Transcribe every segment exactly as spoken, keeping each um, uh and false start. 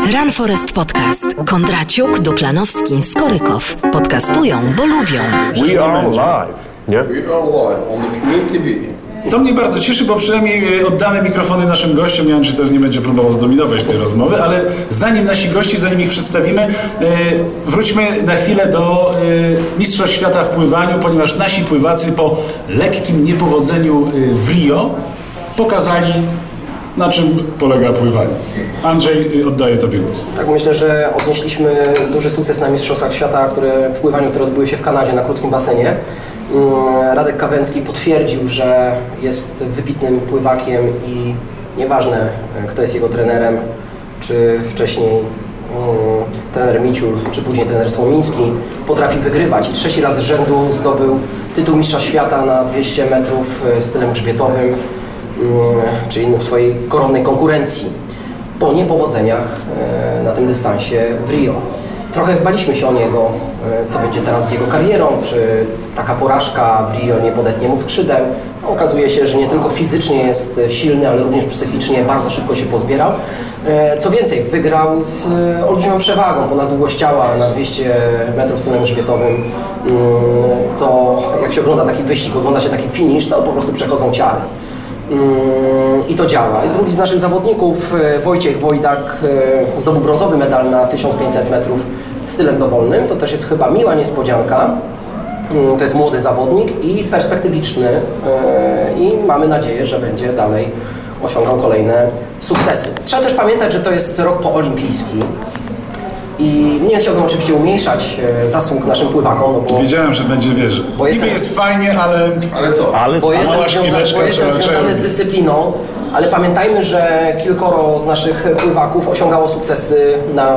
Run Forest Podcast. Kondraciuk, Duklanowski, Skorykow. Podcastują, bo lubią. We are live, nie? We are live on the Fuel T V. To mnie bardzo cieszy, bo przynajmniej oddamy mikrofony naszym gościom. Ja wiem, że też nie będzie próbował zdominować tej rozmowy, ale zanim nasi goście, zanim ich przedstawimy, wróćmy na chwilę do Mistrzostw Świata w pływaniu, ponieważ nasi pływacy po lekkim niepowodzeniu w Rio pokazali, na czym polega pływanie. Andrzej, oddaję Tobie głos. Tak, myślę, że odnieśliśmy duży sukces na Mistrzostwach Świata, które w pływaniu, które odbyły się w Kanadzie na krótkim basenie. Radek Kawęcki potwierdził, że jest wybitnym pływakiem i nieważne, kto jest jego trenerem, czy wcześniej um, trener Miciul, czy później trener Słomiński, potrafi wygrywać i trzeci raz z rzędu zdobył tytuł mistrza świata na dwieście metrów stylem grzbietowym, um, czyli w swojej koronnej konkurencji po niepowodzeniach um, na tym dystansie w Rio. Trochę baliśmy się o niego, co będzie teraz z jego karierą, czy taka porażka w Rio nie podetnie mu skrzydeł. Okazuje się, że nie tylko fizycznie jest silny, ale również psychicznie bardzo szybko się pozbierał. Co więcej, wygrał z olbrzymią przewagą, ponad długość ciała na dwieście metrów stylem grzbietowym. To jak się ogląda taki wyścig, ogląda się taki finish, to po prostu przechodzą ciary. I to działa. I drugi z naszych zawodników, Wojciech Wojdak, zdobył brązowy medal na tysiąc pięćset metrów stylem dowolnym. To też jest chyba miła niespodzianka. To jest młody zawodnik i perspektywiczny i mamy nadzieję, że będzie dalej osiągał kolejne sukcesy. Trzeba też pamiętać, że to jest rok poolimpijski. I nie chciałbym oczywiście umniejszać zasług naszym pływakom, no bo... Wiedziałem, że będzie wierzy. Bo Niby jestem, jest fajnie, ale... Ale co? Ale bo jestem, związa, bo jestem związany z dyscypliną, ale pamiętajmy, że kilkoro z naszych pływaków osiągało sukcesy na e,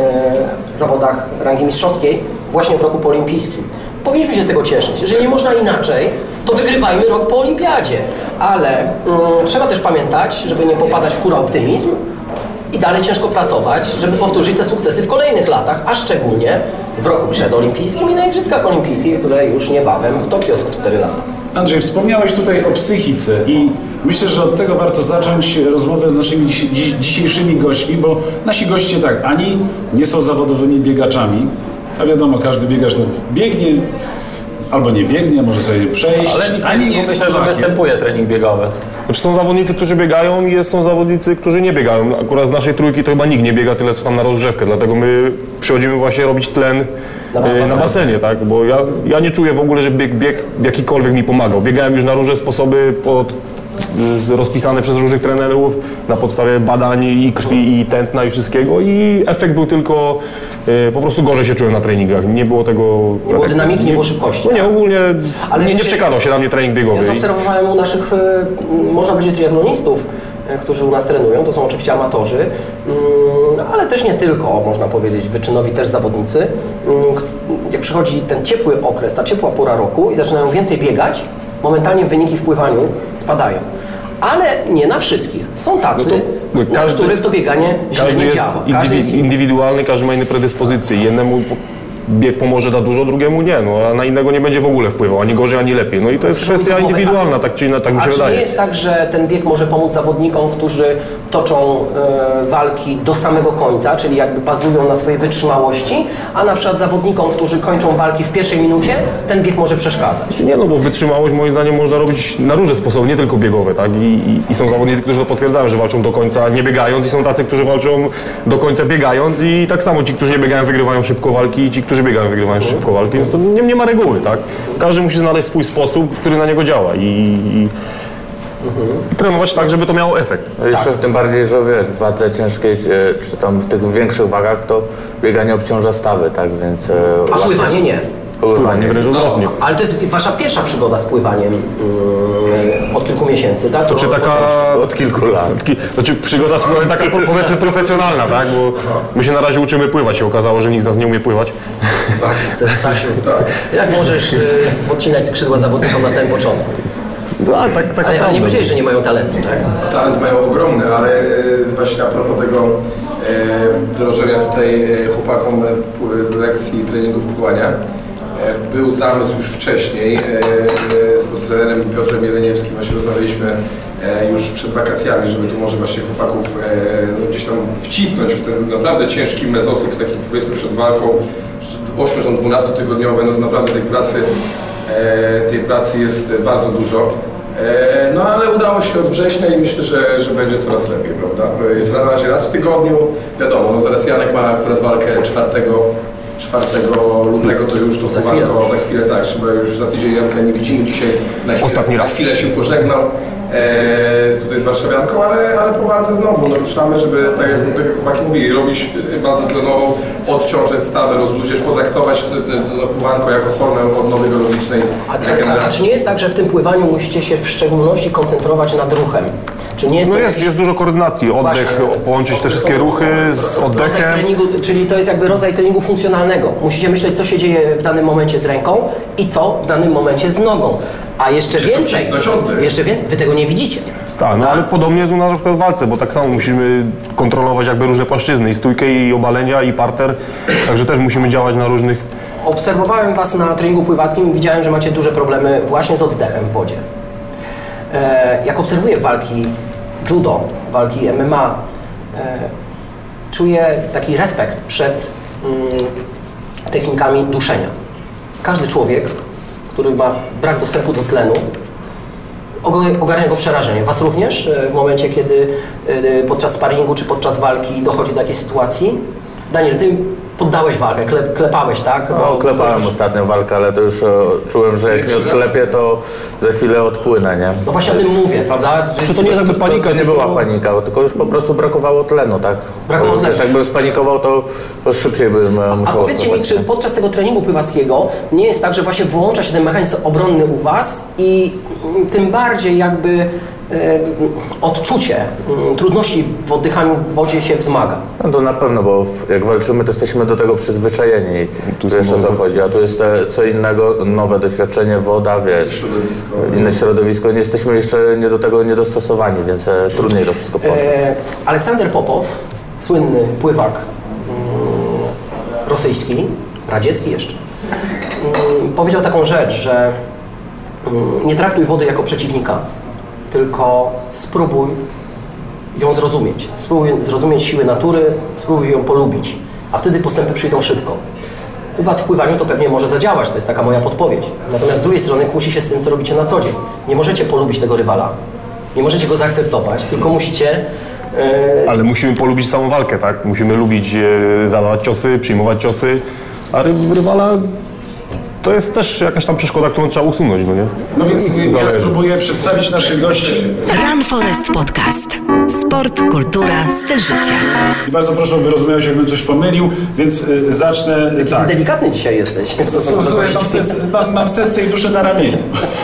zawodach rangi mistrzowskiej właśnie w roku poolimpijskim. Powinniśmy się z tego cieszyć. Jeżeli nie można inaczej, to wygrywajmy rok po olimpiadzie. Ale mm, trzeba też pamiętać, żeby nie popadać w hura optymizm, i dalej ciężko pracować, żeby powtórzyć te sukcesy w kolejnych latach, a szczególnie w roku przedolimpijskim i na Igrzyskach Olimpijskich, które już niebawem w Tokio za cztery lata. Andrzej, wspomniałeś tutaj o psychice i myślę, że od tego warto zacząć rozmowę z naszymi dziś, dzisiejszymi gośćmi, bo nasi goście tak, ani nie są zawodowymi biegaczami, a wiadomo, każdy biegacz to biegnie, albo nie biegnie, może sobie przejść, ale ani nie jest myślę, że pływakiem. występuje trening biegowy. Znaczy są zawodnicy, którzy biegają i są zawodnicy, którzy nie biegają. Akurat z naszej trójki to chyba nikt nie biega tyle, co tam na rozgrzewkę, dlatego my przychodzimy właśnie robić tlen na, basenie. na basenie, tak? Bo ja, ja nie czuję w ogóle, że bieg, bieg jakikolwiek mi pomagał. Biegałem już na różne sposoby pod, rozpisane przez różnych trenerów na podstawie badań i krwi, i tętna, i wszystkiego i efekt był tylko, y, po prostu gorzej się czułem na treningach. Nie było tego... Nie efektu. Było dynamiki, nie było szybkości. No nie, tak? ogólnie ale nie, nie wiecie, przekazał się na mnie trening biegowy. Ja zaobserwowałem u naszych, można powiedzieć, triatlonistów, którzy u nas trenują, to są oczywiście amatorzy, ale też nie tylko, można powiedzieć, wyczynowi też zawodnicy. Jak przychodzi ten ciepły okres, ta ciepła pora roku i zaczynają więcej biegać, momentalnie wyniki w pływaniu spadają. Ale nie na wszystkich. Są tacy, no to, każdy, na których to bieganie źle nie działa. Każdy jest indywidualny, każdy ma inne predyspozycje. Jednemu bieg pomoże da dużo, drugiemu nie, no, a na innego nie będzie w ogóle wpływał, ani gorzej, ani lepiej. No i to jest kwestia indywidualna, tak czy inna, tak mi się wydaje. A czy wydaje. nie jest tak, że ten bieg może pomóc zawodnikom, którzy toczą e, walki do samego końca, czyli jakby bazują na swojej wytrzymałości, a na przykład zawodnikom, którzy kończą walki w pierwszej minucie, ten bieg może przeszkadzać? Nie, no bo wytrzymałość moim zdaniem można robić na różne sposoby, nie tylko biegowe, tak? I, i, i są zawodnicy, którzy to potwierdzają, że walczą do końca nie biegając i są tacy, którzy walczą do końca biegając i tak samo ci, którzy nie biegają, wygrywają szybko walki i ci, którzy biegają, wygrywają szybko walki, więc to nie, nie ma reguły, tak? Każdy musi znaleźć swój sposób, który na niego działa i, i mhm. trenować tak, żeby to miało efekt. No jeszcze tak. Tym bardziej, że wiesz, w wadze ciężkiej, czy tam w tych większych wagach, to bieganie obciąża stawy, tak, więc... A pływanie nie? Pływanie wręcz odwrotnie. Ale to jest wasza pierwsza przygoda z pływaniem yy, od kilku miesięcy, tak? To czy taka... Od kilku lat. Znaczy przygoda z pływaniem taka powiedzmy profesjonalna, tak? Bo my się na razie uczymy pływać, się okazało, że nikt z nas nie umie pływać. Tak, Stasiu, jak możesz yy, odcinać skrzydła zawodnikom na samym początku? No, tak, tak ale, ale nie powiedzieli, że nie mają talentu, tak? Talent mają ogromny, ale właśnie a propos tego wdrożenia tutaj chłopakom lekcji treningów pływania. Był zamysł już wcześniej z trenerem Piotrem Jeleniewskim, właśnie rozmawialiśmy e, już przed wakacjami, żeby tu może właśnie chłopaków e, no, gdzieś tam wcisnąć w ten naprawdę ciężki mezocykl, taki powiedzmy przed walką, osiem do dwunastu tygodniowe, no naprawdę tej pracy, e, tej pracy jest bardzo dużo. E, no ale udało się od września i myślę, że, że będzie coraz lepiej, prawda? Jest na razie raz w tygodniu, wiadomo, no teraz Janek ma akurat walkę czwartego lutego, to już to walko za chwilę, tak, trzeba już za tydzień Janka nie widzimy, dzisiaj na chwilę, Ostatni raz. na chwilę się pożegnał e, tutaj z warszawianką, ale, ale po walce znowu no, ruszamy, żeby, tak jak, tak jak chłopaki mówili, robić bazę tlenową, odciążyć stawę, rozluźniać, potraktować to pływanko jako formę odnowy geologicznej a, a czy nie jest tak, że w tym pływaniu musicie się w szczególności koncentrować nad ruchem? Czy nie jest, No to jest, jakiś... jest dużo koordynacji, oddech, Właśnie. połączyć te wszystkie ruchy z Rodzaj oddechem. treningu, czyli to jest jakby rodzaj treningu funkcjonalnego. Musicie myśleć, co się dzieje w danym momencie z ręką i co w danym momencie z nogą. A jeszcze Czyli to więcej, wcisnąć oddech. jeszcze więcej, wy tego nie widzicie. Tak, no ale podobnie jest u nas w walce, bo tak samo musimy kontrolować jakby różne płaszczyzny, i stójkę, i obalenia, i parter, także też musimy działać na różnych... Obserwowałem was na treningu pływackim i widziałem, że macie duże problemy właśnie z oddechem w wodzie. E, jak obserwuję walki judo, walki M M A, e, czuję taki respekt przed mm, technikami duszenia. Każdy człowiek, który ma brak dostępu do tlenu, ogarnia go przerażenie. Was również w momencie, kiedy podczas sparingu czy podczas walki dochodzi do jakiejś sytuacji? Daniel, ty poddałeś walkę, klep, klepałeś, tak? No, klepałem byłeś... ostatnią walkę, ale to już e, czułem, że jak nie odklepię, to za chwilę odpłynę, nie? No właśnie o tym mówię, prawda? Czy to nie jest jakby panika? To, to nie była panika, tylko już po prostu brakowało tlenu, tak? Brakowało tlenu. Też jakbym spanikował, to, to szybciej bym A, musiał a powiedzcie mi, czy podczas tego treningu pływackiego nie jest tak, że właśnie włącza się ten mechanizm obronny u was i tym bardziej jakby e, odczucie m, trudności w oddychaniu w wodzie się wzmaga? No to na pewno, bo w, jak walczymy, to jesteśmy do tego przyzwyczajeni i tu wiesz, o co chodzi, a tu jest te, co innego, nowe doświadczenie, woda, wiesz, środowisko. inne środowisko, nie jesteśmy jeszcze nie do tego niedostosowani, więc e, trudniej to wszystko połączyć. E, Aleksander Popow, słynny pływak mm, rosyjski, radziecki jeszcze, mm, powiedział taką rzecz, że mm, nie traktuj wody jako przeciwnika, tylko spróbuj ją zrozumieć. Spróbuj zrozumieć siły natury, spróbuj ją polubić, a wtedy postępy przyjdą szybko. U was w pływaniu to pewnie może zadziałać, to jest taka moja podpowiedź. Natomiast z drugiej strony kłóci się z tym, co robicie na co dzień. Nie możecie polubić tego rywala, nie możecie go zaakceptować, tylko musicie... Yy... Ale musimy polubić samą walkę, tak? Musimy lubić e, zadawać ciosy, przyjmować ciosy, a ry rywala to jest też jakaś tam przeszkoda, którą trzeba usunąć, no nie? No więc ja Zależy. spróbuję przedstawić naszych gości. Run Forest Podcast. Sport, kultura, styl życia. I bardzo proszę o wyrozumiałość, jakbym coś pomylił, więc y, zacznę y, tak. Ty delikatny dzisiaj jesteś. Słuchaj, mam, serce, mam, mam serce i duszę na ramieniu.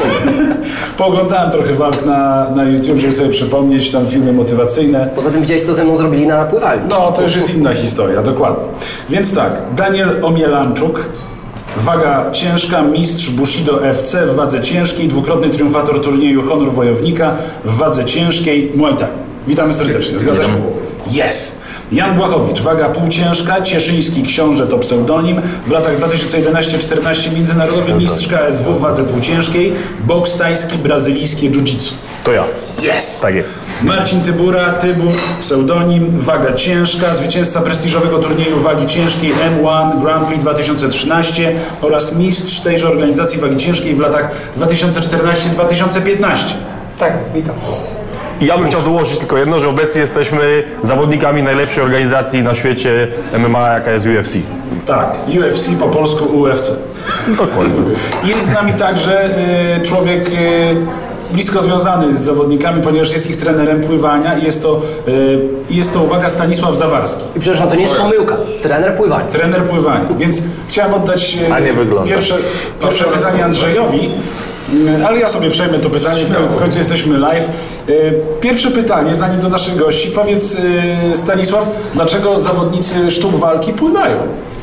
Pooglądałem trochę walk na, na YouTube, żeby sobie przypomnieć, tam filmy motywacyjne. Poza tym widziałeś, co ze mną zrobili na pływalni. No, to już jest inna historia, dokładnie. Więc tak, Daniel Omielanczuk, waga ciężka, mistrz Bushido F C w wadze ciężkiej, dwukrotny triumfator turnieju Honor Wojownika w wadze ciężkiej Muay Thai. Witamy serdecznie, zgadza się? Yes! Jan Błachowicz, waga półciężka, Cieszyński Książę to pseudonim, w latach dwa tysiące jedenaście czternaście międzynarodowy mistrz K S W w wadze półciężkiej, boks tajski, brazylijskie jiu-jitsu. To ja. Yes! Tak jest. Marcin Tybura, Tybur, pseudonim, waga ciężka, zwycięzca prestiżowego turnieju wagi ciężkiej M jeden Grand Prix dwa tysiące trzynaście oraz mistrz tejże organizacji wagi ciężkiej w latach dwa tysiące czternaście dwa tysiące piętnaście. Tak, witam. I ja bym chciał dołożyć tylko jedno, że obecnie jesteśmy zawodnikami najlepszej organizacji na świecie M M A, jaka jest U F C. Tak, U F C po polsku U F C. Dokładnie. Jest z nami także y, człowiek y, blisko związany z zawodnikami, ponieważ jest ich trenerem pływania i jest to, y, jest to uwaga, Stanisław Zawarski. I przepraszam, to nie jest pomyłka. Trener pływania. Trener pływania, więc chciałem oddać y, A nie wygląda. pierwsze, pierwsze pytanie Andrzejowi. Ale ja sobie przejmę to pytanie, w końcu jesteśmy live. Pierwsze pytanie, zanim do naszych gości, powiedz Stanisław, dlaczego zawodnicy sztuk walki pływają?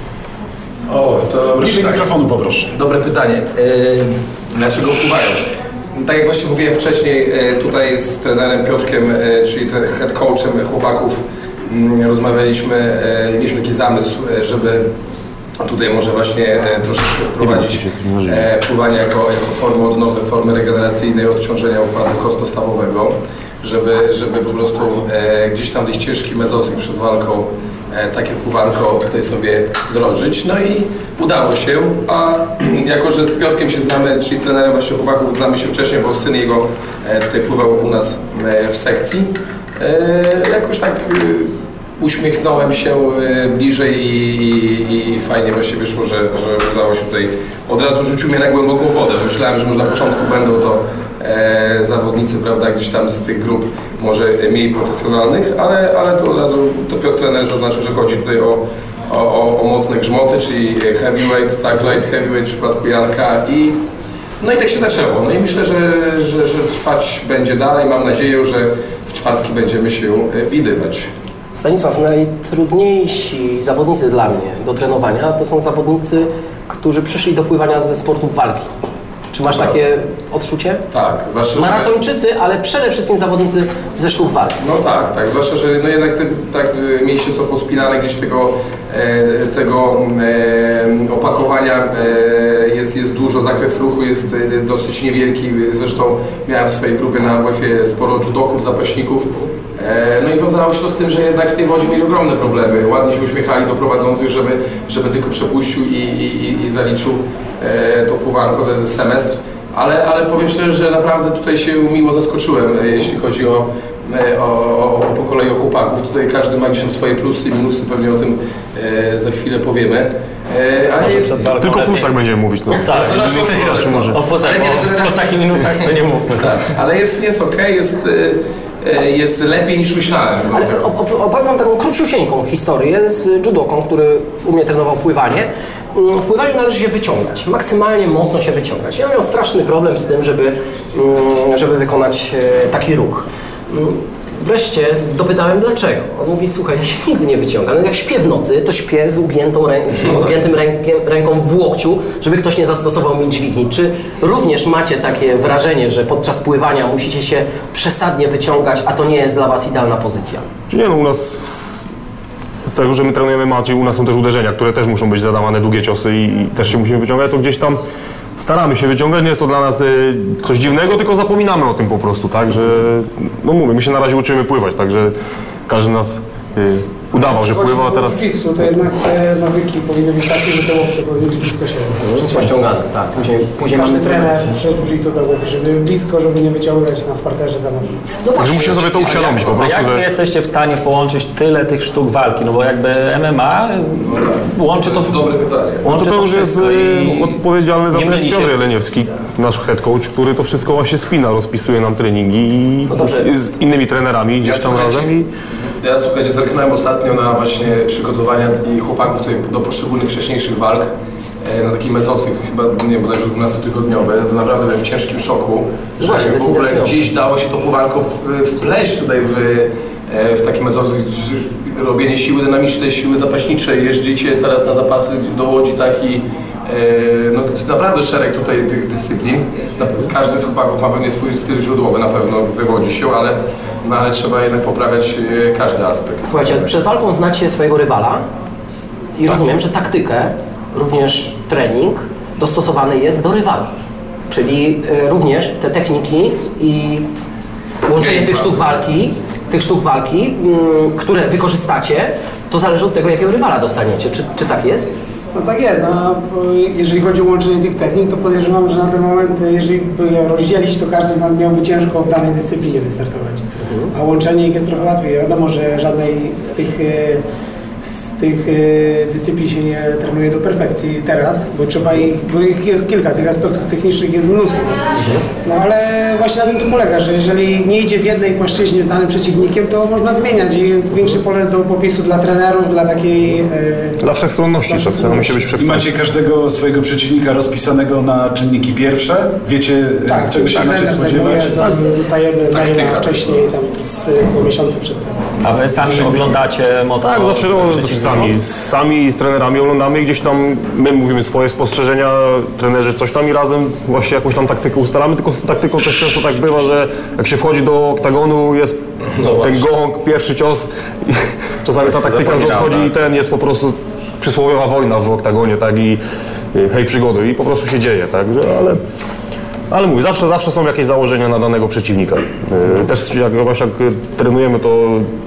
O, to dobre Bliżej pytanie. mikrofonu poproszę. Dobre pytanie. Yy, dlaczego pływają? Tak jak właśnie mówiłem wcześniej, yy, tutaj z trenerem Piotrkiem, yy, czyli head coachem chłopaków, yy, rozmawialiśmy, yy, mieliśmy taki zamysł, yy, żeby tutaj może właśnie e, troszeczkę wprowadzić e, pływanie jako, jako formę odnowy, formę regeneracyjnej odciążenia układu kostno-stawowego, żeby, żeby po prostu e, gdzieś tam tych ciężkich mezocykl przed walką e, takie pływanko tutaj sobie wdrożyć. No i udało się, a jako, że z Piotrkiem się znamy, czyli trenerem właśnie chłopaków, znamy się wcześniej, bo syn jego e, tutaj pływał u nas e, w sekcji, e, jakoś tak e, uśmiechnąłem się bliżej i, i, i fajnie właśnie wyszło, że, że udało się tutaj, od razu rzucił mnie na głęboką wodę. Myślałem, że może na początku będą to e, zawodnicy, prawda, gdzieś tam z tych grup może mniej profesjonalnych, ale, ale to od razu to Piotr trener zaznaczył, że chodzi tutaj o, o, o mocne grzmoty, czyli heavyweight, tak, light heavyweight w przypadku Janka i no i tak się zaczęło. No i myślę, że, że, że trwać będzie dalej. Mam nadzieję, że w czwartki będziemy się widywać. Stanisław, najtrudniejsi zawodnicy dla mnie do trenowania to są zawodnicy, którzy przyszli do pływania ze sportów walki. Czy masz takie odczucie? Tak, zwłaszcza, maratończycy, że... ale przede wszystkim zawodnicy ze sztuk walki. No tak, tak, zwłaszcza, że no jednak te, tak, mięśnie są pospinane, gdzieś tego, e, tego e, opakowania e, jest, jest dużo, zakres ruchu jest e, dosyć niewielki. Zresztą miałem w swojej grupie na W F-ie sporo judoków, zapaśników. No i wiązało się to z tym, że jednak w tej wodzie mieli ogromne problemy. Ładnie się uśmiechali do prowadzących, żeby, żeby tylko przepuścił i, i, i zaliczył e, to pływanko, ten semestr. Ale, ale powiem szczerze, że naprawdę tutaj się miło zaskoczyłem, jeśli chodzi o, o, o, o po kolei o chłopaków. Tutaj każdy ma gdzieś tam swoje plusy i minusy, pewnie o tym e, za chwilę powiemy. E, ale jest, tylko o plusach będziemy mówić. No. Tak, może. O plusach i minusach to nie mówmy. Tak, ale jest, jest okej, okay, jest... jest lepiej niż myślałem. Ale opowiem wam taką króciusieńką historię z judoką, który u mnie trenował pływanie. W pływaniu należy się wyciągać, maksymalnie mocno się wyciągać. Ja miał straszny problem z tym, żeby, żeby wykonać taki ruch. Wreszcie dopytałem dlaczego. On mówi, słuchaj, ja się nigdy nie wyciągam. Jak śpię w nocy, to śpię z ugiętą rę ugiętym rękiem, ręką w łokciu, żeby ktoś nie zastosował mi dźwigni. Czy również macie takie wrażenie, że podczas pływania musicie się przesadnie wyciągać, a to nie jest dla was idealna pozycja? Czy nie, no u nas z tego, że my trenujemy maczy, u nas są też uderzenia, które też muszą być zadawane, długie ciosy i, i też się musimy wyciągać, to gdzieś tam staramy się wyciągać, nie jest to dla nas y, coś dziwnego, tylko zapominamy o tym po prostu, tak, że, no mówię, my się na razie uczymy pływać, także każdy nas y, udawał, że pływa, a teraz... W to jednak te nawyki powinny być takie, że te łokcie powinny być blisko siebie. Pościągane, tak. Później, później Każdy mamy trener przy jiu-jitsu to mówi, żeby blisko, żeby nie wyciągać na w parterze za mocno. No także musimy sobie to uświadomić po prostu, a jak że... wy jesteście w stanie połączyć tyle tych sztuk walki? No bo jakby M M A łączy to... To dobre pytanie. No to, to już jest i... odpowiedzialny za to jest Piotr się... Jeleniewski, nasz head coach, który to wszystko właśnie spina, rozpisuje nam treningi i no z, z innymi trenerami gdzieś tam razem. I... Ja słuchajcie, zerknąłem ostatnio na właśnie przygotowania i chłopaków tutaj do poszczególnych wcześniejszych walk na taki mezocykl, chyba nie wiem, bodajże dwunastotygodniowy. Naprawdę byłem w ciężkim szoku, że właśnie, w ogóle gdzieś dało się to pływanko wpleść tutaj w, w taki mezocykl. Robienie siły dynamicznej, siły zapaśniczej, jeździcie teraz na zapasy do Łodzi, tak i no, naprawdę szereg tutaj tych dyscyplin. Każdy z chłopaków ma pewnie swój styl źródłowy, na pewno wywodzi się, ale, no, ale trzeba jednak poprawiać każdy aspekt. Słuchajcie, przed walką znacie swojego rywala i tak. Rozumiem, że taktykę, również trening dostosowany jest do rywala. Czyli y, również te techniki i łączenie tych sztuk walki, tych sztuk walki, y, które wykorzystacie, to zależy od tego, jakiego rywala dostaniecie. Czy, czy tak jest? No tak jest. No, jeżeli chodzi o łączenie tych technik, to podejrzewam, że na ten moment, jeżeli by je rozdzielić, to każdy z nas miałby ciężko w danej dyscyplinie wystartować. Mhm. A łączenie ich jest trochę łatwiej. Wiadomo, że żadnej z tych z tych y, dyscyplin się nie trenuje do perfekcji teraz, bo trzeba ich, bo ich jest kilka, tych aspektów technicznych jest mnóstwo. No ale właśnie na tym to polega, że jeżeli nie idzie w jednej płaszczyźnie z danym przeciwnikiem, to można zmieniać i jest większe pole do popisu dla trenerów, dla takiej... Y, dla wszechstronności czasem musi być I macie każdego swojego przeciwnika rozpisanego na czynniki pierwsze? Wiecie, tak, czego się macie spodziewać? Tak, dostajemy maila wcześniej, tam z pół miesiąca przed tym. A wy sami oglądacie mocno? Tak, zawsze sami, sami z trenerami oglądamy i gdzieś tam my mówimy swoje spostrzeżenia, trenerzy coś tam i razem właśnie jakąś tam taktykę ustalamy, tylko z taktyką też często tak bywa, że jak się wchodzi do oktagonu, jest no ten gong, pierwszy cios i czasami ta taktyka już odchodzi i ten jest po prostu przysłowiowa wojna w oktagonie, tak, i y, hej przygody i po prostu się dzieje, tak, że, ale, ale mówię, zawsze, zawsze są jakieś założenia na danego przeciwnika. Y, też jak właśnie jak trenujemy, to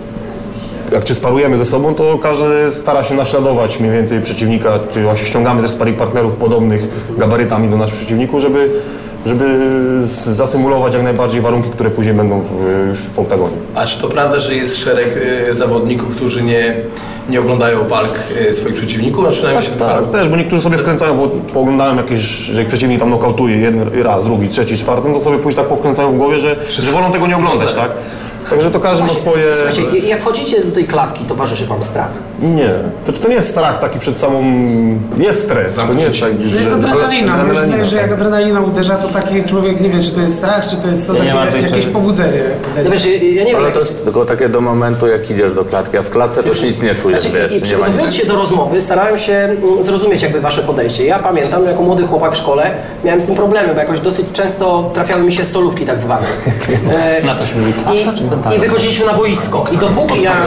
jak czy sparujemy ze sobą, to każdy stara się naśladować mniej więcej przeciwnika, czy właśnie ściągamy też sparring partnerów podobnych gabarytami do naszych przeciwników, żeby żeby zasymulować jak najbardziej warunki, które później będą w, już w oktagonie. A czy to prawda, że jest szereg y, zawodników, którzy nie, nie oglądają walk y, swoich przeciwników, a przynajmniej Tak, się tak, też, bo niektórzy sobie wkręcają, bo pooglądałem jakieś, że jak przeciwnik tam nokautuje jeden raz, drugi, trzeci, czwarty, no to sobie później tak powkręcają w głowie, że, że wolą tego nie oglądać, tak? Także to każdy ma swoje... Słuchajcie, jak wchodzicie do tej klatki, towarzyszy wam strach? Nie, to, to nie jest strach taki przed samą... Jest stres, to nie jest tak... To jest adrenalina, bo adrenalina, wydaje, że jak adrenalina uderza, to taki człowiek nie wie, czy to jest strach, czy to jest to Ja nie mam takie, tej jakieś części. pobudzenie. No wiesz, ja nie wiem, Ale jak... to jest tylko takie do momentu, jak idziesz do klatki, a w klatce to już nic nie czujesz, Znaczy, wiesz, i nie ma przygotowując nic. się do rozmowy, starałem się mm, zrozumieć jakby wasze podejście. Ja pamiętam, jako młody chłopak w szkole miałem z tym problemy, bo jakoś dosyć często trafiały mi się solówki tak zwane. E, Na to się mówi. I, I wychodziliśmy na boisko. I dopóki ja,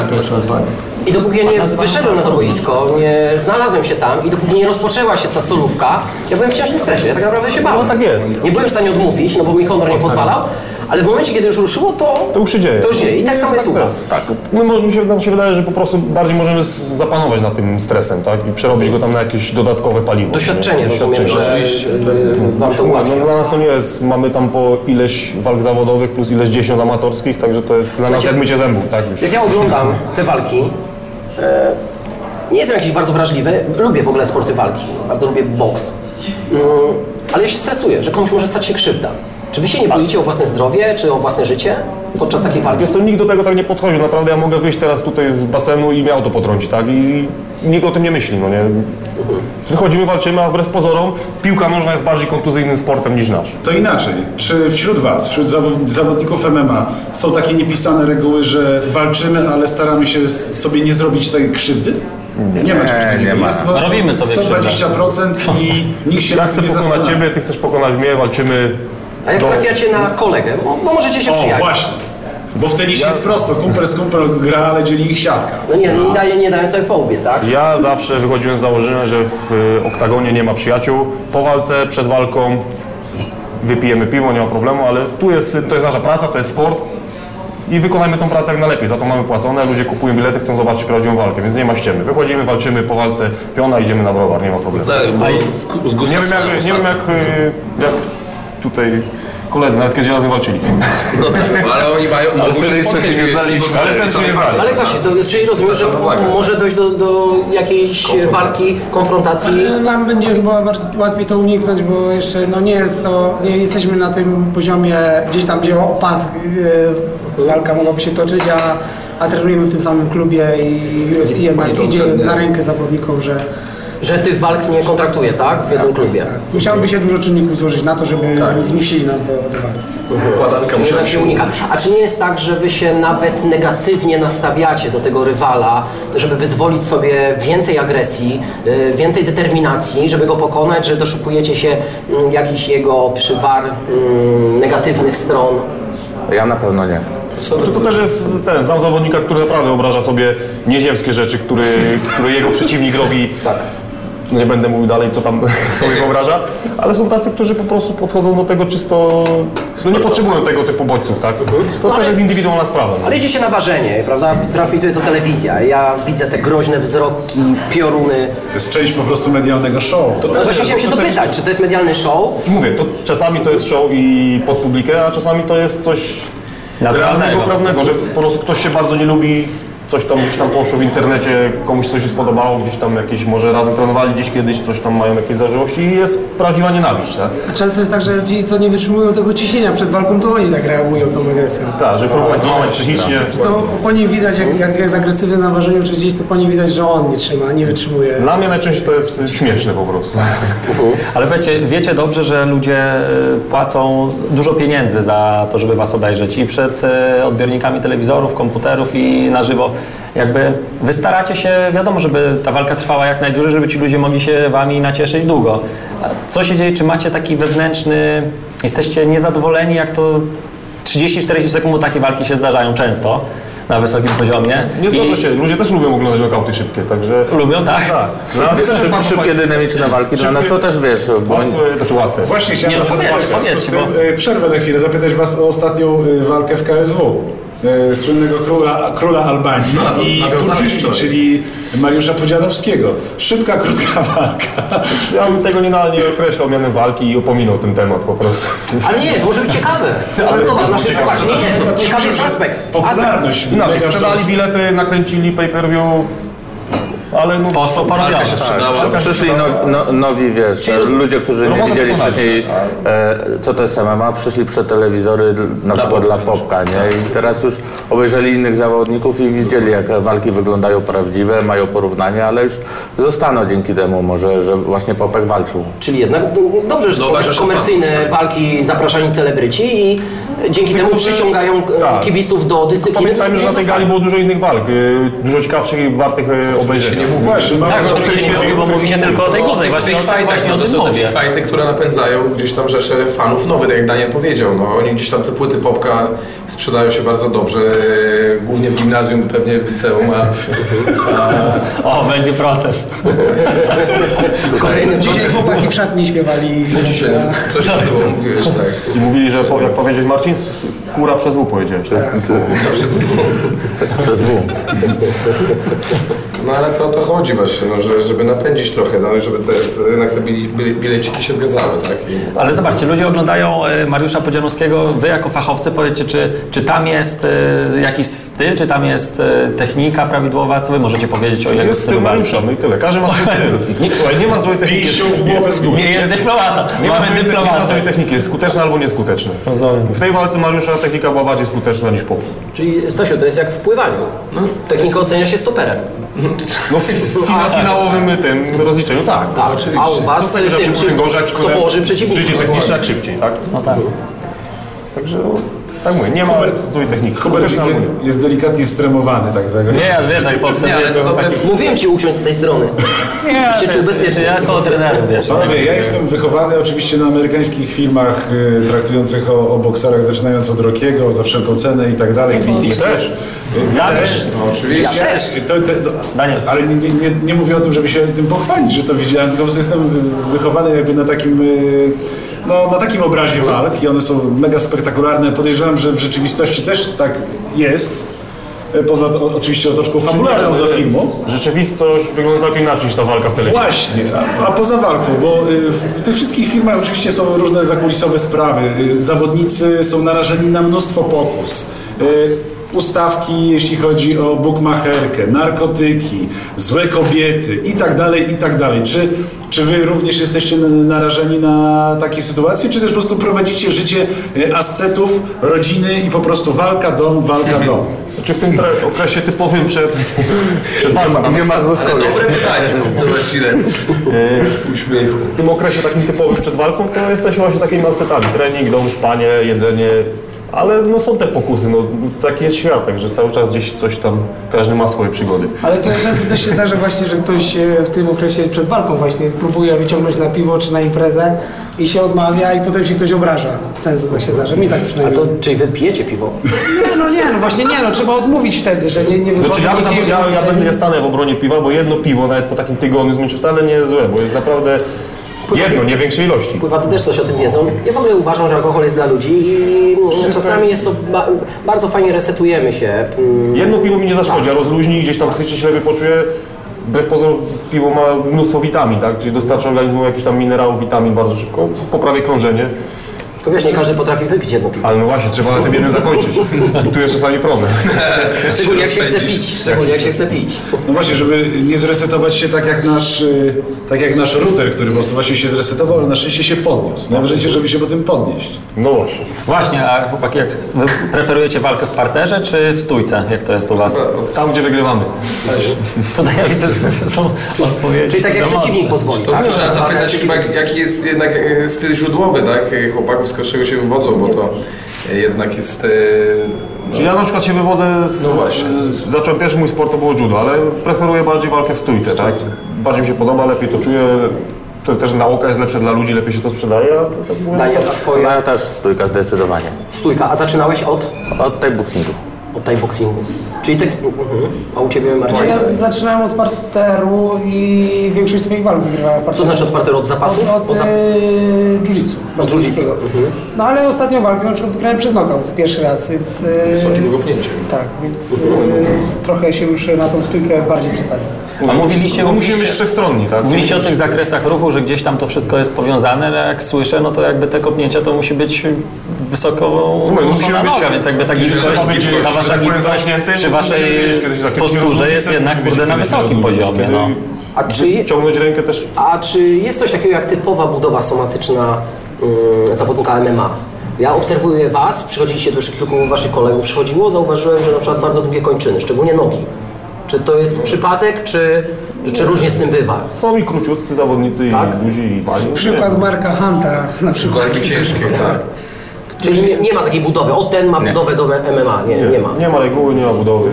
I dopóki ja nie wyszedłem na to boisko, nie znalazłem się tam i dopóki nie rozpoczęła się ta solówka, ja byłem w ciężkim stresie, ja tak naprawdę się bałem. No tak jest. Nie byłem w stanie odmówić, no bo mi honor nie pozwalał, ale w momencie, kiedy już ruszyło, to, To już się dzieje. to już dzieje. I tak samo jest u was. Tak, my, mo- mi, się, nam się wydaje, że po prostu bardziej możemy z- zapanować nad tym stresem, tak? I przerobić go tam na jakieś dodatkowe paliwo. Doświadczenie, nie? rozumiem, że wam to No, ułatwia. dla nas to nie jest, mamy tam po ileś walk zawodowych plus ileś dziesiąt amatorskich, także to jest dla nas Słuchajcie, jak mycie zębów, tak? Już. Jak ja oglądam te walki, e, nie jestem jakiś bardzo wrażliwy, lubię w ogóle sporty walki, bardzo lubię boks, mm, ale ja się stresuję, że komuś może stać się krzywda. Czy wy się nie boicie o własne zdrowie, czy o własne życie podczas takiej walki? Wiesz co, nikt do tego tak nie podchodził, naprawdę ja mogę wyjść teraz tutaj z basenu i miał to potrącić, tak? I nikt o tym nie myśli, no nie? Wychodzimy, walczymy, a wbrew pozorom piłka nożna jest bardziej kontuzyjnym sportem niż nasz. To inaczej. Czy wśród was, wśród zawo- zawodników M M A są takie niepisane reguły, że walczymy, ale staramy się s- sobie nie zrobić tej krzywdy? Nie, nie ma czegoś Nie, takiego. nie ma. Jest po prostu Robimy sobie sto dwadzieścia procent i nikt się Ja nad chcę tym nie pokonać zastanawia. ciebie, ty chcesz pokonać mnie, walczymy A jak do... trafiacie na kolegę, bo, bo możecie się O, przyjaźnić. właśnie. Bo w tenisie jest prosto. Kumpel z kumpel gra, ale dzieli ich siatka. No nie, nie, daje, nie dają sobie po łbie, tak? Ja zawsze wychodziłem z założenia, że w y, oktagonie nie ma przyjaciół. Po walce, przed walką wypijemy piwo, nie ma problemu, ale tu jest, to jest nasza praca, to jest sport i wykonajmy tą pracę jak najlepiej. Za to mamy płacone, ludzie kupują bilety, chcą zobaczyć prawdziwą walkę, więc nie ma ściemy. Wychodzimy, walczymy po walce, piona, idziemy na browar, nie ma problemu. Tak, bo z, z Nie wiem Gustafssonem jak, nie wiem jak, y, jak tutaj koledzy nawet kiedyś razem walczyli. No tak, ale oni mają... Ale mogą wtedy jeszcze spotkać się nie w U F C, znaliśmy. bo Ale wtedy się nie znali. Ale właśnie, to, czyli rozumiem, że może dojść do, do jakiejś walki, konfrontacji. Nam będzie chyba bardziej łatwiej to uniknąć, bo jeszcze no nie jest to, nie jesteśmy na tym poziomie gdzieś tam, gdzie o pas yy, walka mogłaby się toczyć, a, a trenujemy w tym samym klubie i U F C jednak idzie na rękę zawodnikom, że Że tych walk nie kontraktuje, tak? W jednym klubie. musiałoby się dużo czynników złożyć na to, żeby zmusili nas do, do walki. Układanka Czyli musiała jednak się się unika. A czy nie jest tak, że wy się nawet negatywnie nastawiacie do tego rywala, żeby wyzwolić sobie więcej agresji, y, więcej determinacji, żeby go pokonać, że doszukujecie się mm, jakichś jego przywar, mm, negatywnych stron? Ja na pewno nie. Czy to też jest ten, znam zawodnika, który naprawdę wyobraża sobie nieziemskie rzeczy, które, które jego przeciwnik robi. Tak. Nie będę mówił dalej, co tam sobie wyobraża, ale są tacy, którzy po prostu podchodzą do tego czysto, no nie potrzebują tego typu bodźców, tak? To też jest indywidualna sprawa. No. Ale idziecie na ważenie, prawda? Transmituje to telewizja. Ja widzę te groźne wzroki, pioruny. To jest część po prostu medialnego show. No właśnie chciałem się to też- dopytać, czy to jest medialny show? Mówię, to czasami to jest show i pod publikę, a czasami to jest coś Naturalnego. realnego, prawnego, że po prostu ktoś się bardzo nie lubi, coś tam gdzieś tam poszło w internecie, komuś coś się spodobało, gdzieś tam jakieś, może razem trenowali gdzieś kiedyś, coś tam mają jakieś zażyłości i jest prawdziwa nienawiść, tak? A często jest tak, że ci, co nie wytrzymują tego ciśnienia przed walką, to oni tak reagują tą agresją. Tak, że próbować złamać psychicznie. To po nim widać, jak, jak jest agresywny na ważeniu czy gdzieś, to po nim widać, że on nie trzyma, nie wytrzymuje. Dla mnie najczęściej to jest śmieszne po prostu. Ale wiecie, wiecie dobrze, że ludzie y, płacą dużo pieniędzy za to, żeby was obejrzeć i przed y, odbiornikami telewizorów, komputerów i na żywo. Jakby wy staracie się, wiadomo, żeby ta walka trwała jak najdłużej, żeby ci ludzie mogli się wami nacieszyć długo. A co się dzieje? Czy macie taki wewnętrzny, jesteście niezadowoleni, jak to trzydzieści czterdzieści sekund, bo takie walki się zdarzają często, na wysokim poziomie. Nie zgadza I... się, ludzie też lubią oglądać knockouty szybkie, także... Lubią, tak? Tak. Dla nas też Szyb, szybkie, dynamiczne walki, dla nas to też wiesz, bo... Łatwe, znaczy łatwe. Właśnie chciałem Nie, was no powiedz, zapytać, powiedz, w związku z bo- tym, e, przerwę na chwilę, zapytać was o ostatnią e, walkę w K S W. E, Słynnego króla, króla Albanii No, to i nawiązałeś Kurczyszki, wczoraj. czyli Mariusza Pudzianowskiego. Szybka, krótka walka. Ja bym tego nie, na- nie określał mianem walki i opominał ten temat po prostu. Ale nie, to może być ciekawe. Ale to dla naszych słuchaczy. Nie, nie, ciekawy jest aspekt. Popularność. Inaczej, mega sprzedali wzrosła. bilety, nakręcili pay-per-view, ale no... Poszło Walka porobione. się sprzedała. Tak, przyszli no, no, nowi, wiesz, ludzie, którzy nie Romowe widzieli pokonanie. wcześniej, e, co to jest M M A, przyszli przed telewizory d- na przykład dla Popka, nie? I teraz już obejrzeli innych zawodników i widzieli, jak walki wyglądają prawdziwe, mają porównania, ale już zostaną dzięki temu może, że właśnie Popek walczył. Czyli jednak no, dobrze, że są Dobra, takie że komercyjne walki, zapraszani celebryci i dzięki Tylko, temu że- przyciągają tak. kibiców do dyscypliny. Pamiętajmy, że na tej gali było dużo innych walk, y, dużo ciekawszych i wartych y, obejrzenia. nie mówi. Właśnie, Tak, mamy to to tylko coś nie mówi, bo mówi się tylko o tej No, głównej. tych Właśnie, freak o- fightach, właśnie no o to tym są te mówię. freak fighty, które napędzają gdzieś tam rzesze fanów nowych, tak jak Daniel powiedział, no oni gdzieś tam te płyty Popka sprzedają się bardzo dobrze, e, głównie w gimnazjum, pewnie w liceum, a, O, będzie proces. Kolejny Dzisiaj proces. chłopaki w szatni śpiewali. a dzisiaj coś tam było, mówiłeś, tak. I mówili, że po, jak powiedzieć Marcin, s- kura przez W powiedziałeś, tak? Przez W. No ale to o to chodzi właśnie, no, że, żeby napędzić trochę, no, żeby te, te, jednak te bili, bili, bileciki się zgadzały, tak? I, Ale zobaczcie, ludzie oglądają e, Mariusza Pudzianowskiego, wy jako fachowcy powiedzcie, czy, czy tam jest e, jakiś styl, czy tam jest e, technika prawidłowa, co wy możecie powiedzieć o jego Jest styl stylu walki? Mariusza, no i tyle. Każdy ma swój styl. Nie, słuchaj, nie ma złej techniki. Pięścią w głowę z góry. Nie jest dyplomata, Nie ma, mamy złej, nie ma dyplomatę. złej techniki, jest skuteczna albo nieskuteczna. Rozumiem. W tej walce Mariusza technika była bardziej skuteczna niż Pop. Czyli Stasiu, to jest jak w pływaniu. Technika ocenia się stoperem. No w fina, finałowym tym rozliczeniu tak. Tak, oczywiście. a u was To tak, że tym, przyjdzie czy gorzej, jak kto przychodzi- położy przeciwnika. Przyjdzie technicznie jak szybciej, tak? No tak. Także no, tak mówię, nie ma Hubert, złej techniki. Hubert Skuteczna jest, albo nie. jest delikatnie stremowany, tak tak. Nie, ja wiesz, jak poprzednio Nie, ale to dobre- taki... Mówiłem ci usiąść z tej strony. Nie, się czuł bezpiecznie. Ja koło trenerów, wiesz. Panowie, ja jestem wychowany oczywiście na amerykańskich filmach y, traktujących o, o bokserach, zaczynając od Rockiego, za wszelką cenę i tak dalej. Clint Eastwood. też. Y, Ja też. też. no oczywiście. Ja też. To, to, to, Daniel. ale nie, nie, nie, nie mówię o tym, żeby się tym pochwalić, że to widziałem, tylko po prostu jestem wychowany jakby na takim, y, no, na takim obrazie walk i one są mega spektakularne. Podejrzewam, że w rzeczywistości też tak jest, y, poza to, oczywiście otoczką fabularną do filmu. Rzeczywistość wygląda całkiem inaczej niż ta walka w telewizji. Właśnie, a, a poza walką, bo y, w tych wszystkich filmach oczywiście są różne zakulisowe sprawy. Y, Zawodnicy są narażeni na mnóstwo pokus. Y, Ustawki, jeśli chodzi o bukmacherkę, narkotyki, złe kobiety i tak dalej, i tak dalej. Czy, czy wy również jesteście n- narażeni na takie sytuacje, czy też po prostu prowadzicie życie y, ascetów, rodziny i po prostu walka, dom, walka, dom? Czy w tym tre- okresie typowym przed, przed walką, Nie ma złych kobiet. Dobre pytanie, zobacz ile uśmiechu. w tym okresie takim typowym przed walką, to jesteśmy właśnie takimi ascetami. Trening, dom, spanie, jedzenie. Ale no są te pokusy, no taki jest świat, także cały czas gdzieś coś tam, każdy ma swoje przygody. Ale to często też się zdarza właśnie, że ktoś e, w tym okresie przed walką właśnie próbuje wyciągnąć na piwo czy na imprezę i się odmawia i potem się ktoś obraża. Często tak się zdarza, mi tak A przynajmniej. to, czyli wy pijecie piwo? Nie, no nie, no właśnie nie, no trzeba odmówić wtedy, że nie, nie wychodzi. Znaczy ja, bardziej- ja, ja będę ja stanę w obronie piwa, bo jedno piwo nawet po takim tygodniu zmęczy wcale nie jest złe, bo jest naprawdę jedno, nie większej ilości. Pływacy też coś o tym wiedzą. Ja w ogóle uważam, że alkohol jest dla ludzi i czasami jest to, ba- bardzo fajnie resetujemy się. Mm, Jedno piwo mi nie zaszkodzi, a rozluźni, gdzieś tam psychicznie się lepiej poczuję. Wbrew pozorom piwo ma mnóstwo witamin, tak? Czyli dostarcza organizmu jakichś tam minerałów, witamin bardzo szybko, poprawia krążenie. Tylko wiesz, nie każdy potrafi wypić jedno piwo. Ale no właśnie, trzeba na tym jednym zakończyć. I tu jest czasami problem. Szczególnie jak się chce pić. Szczególnie jak się chce pić. No właśnie, żeby nie zresetować się tak jak nasz, y, tak jak nasz router, który po prostu właśnie się zresetował, ale na szczęście się podniósł. Najważniejsze, żeby się potem podnieść. No właśnie. Właśnie, a chłopaki, jak wy preferujecie walkę w parterze czy w stójce? Jak to jest u was? Tam, gdzie wygrywamy. Tutaj ja widzę, że są odpowiedzi. Czyli tak jak domocne. przeciwnik pozwoli, To tak? trzeba zapytać się, chyba, jaki jest jednak e, styl źródłowy, tak? e, Chłopaków, z czego się wywodzą, bo to e, jednak jest... E, Czyli ja na przykład się wywodzę z, No właśnie. z, zacząłem pierwszy mój sport to było judo, ale preferuję bardziej walkę w stójce, tak? Bardziej mi się podoba, lepiej to czuję. To też nauka jest lepsza dla ludzi, lepiej się to sprzedaje. A tak mówię, Daniel, a twoja No ja też stójka zdecydowanie. stójka, a zaczynałeś od? Od tej boxingu. Od thai boxingu. Czyli tak... Uh-huh. A u Ciebie, Marcin? Ja zaczynałem od parteru i większość swoich walk wygrywałem w parterze. Co znaczy od parteru? Od zapasów? Od, od za... e, jiu-jitsu brazylijskiego. Mhm. No ale ostatnią walkę na przykład wygrałem przez knockout pierwszy raz, więc... E, Wysokim kopnięciem. tak, więc e, trochę się już na tą stójkę bardziej przestawiam. A mówiliście, no, musimy mówiliście, być wszechstronni, tak? mówiliście o tych zakresach ruchu, że gdzieś tam to wszystko jest powiązane, ale jak słyszę, no to jakby te kopnięcia to musi być wysoko ułożona noga, więc jakby ta gibkość, ta wasza gibkość przy waszej posturze jest jednak kurde na wysokim poziomie. No. A czy, Ciągnąć rękę też. a czy jest coś takiego jak typowa budowa somatyczna um, zawodnika M M A? Ja obserwuję Was, przychodziliście tu już kilku Waszych kolegów przychodziło, zauważyłem, że na przykład bardzo długie kończyny, szczególnie nogi. Czy to jest przypadek, czy, czy różnie z tym bywa? Są i króciutcy zawodnicy, Tak? i duzi, i mali. Przykład Marka Hunta na przykład. Walki ciężkie, tak. Czyli nie, nie ma takiej budowy, o ten ma budowę do M M A, nie, nie, nie ma. Nie ma reguły, nie ma budowy.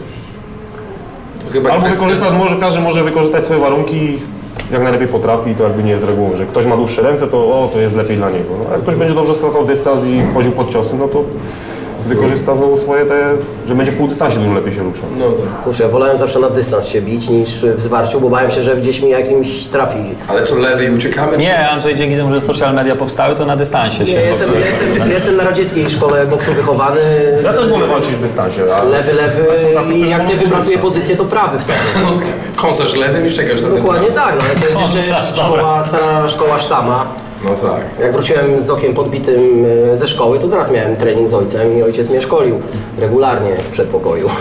To chyba Albo kwestia- wykorzystać, może każdy może wykorzystać swoje warunki jak najlepiej potrafi, to jakby nie jest regułą, że ktoś ma dłuższe ręce, to o, to jest lepiej dla niego. No, jak ktoś będzie dobrze skracał dystans i wchodził pod ciosy, no to wykorzysta znowu swoje te, że będzie w półdystansie dużo lepiej się rusza. No tak. Kurczę, ja wolałem zawsze na dystans się bić niż w zwarciu, bo bałem się, że gdzieś mi jakimś trafi. Ale co, lewy i uciekamy? czy- Nie, Andrzej, dzięki temu, że social media powstały, to na dystansie się Nie, jestem, boksuje. jestem, jestem na radzieckiej szkole boksu wychowany. Ja też wolę walczyć w dystansie, a Lewy, lewy i jak sobie wypracuję pozycję, to prawy wtedy. No, kąsasz lewym i czekasz na ten Dokładnie prawy. tak, no ale to jest jeszcze Dobra. szkoła, stara szkoła sztama. No tak. Jak wróciłem z okiem podbitym e, ze szkoły, to zaraz miałem trening z ojcem i ojciec mnie szkolił regularnie w przedpokoju.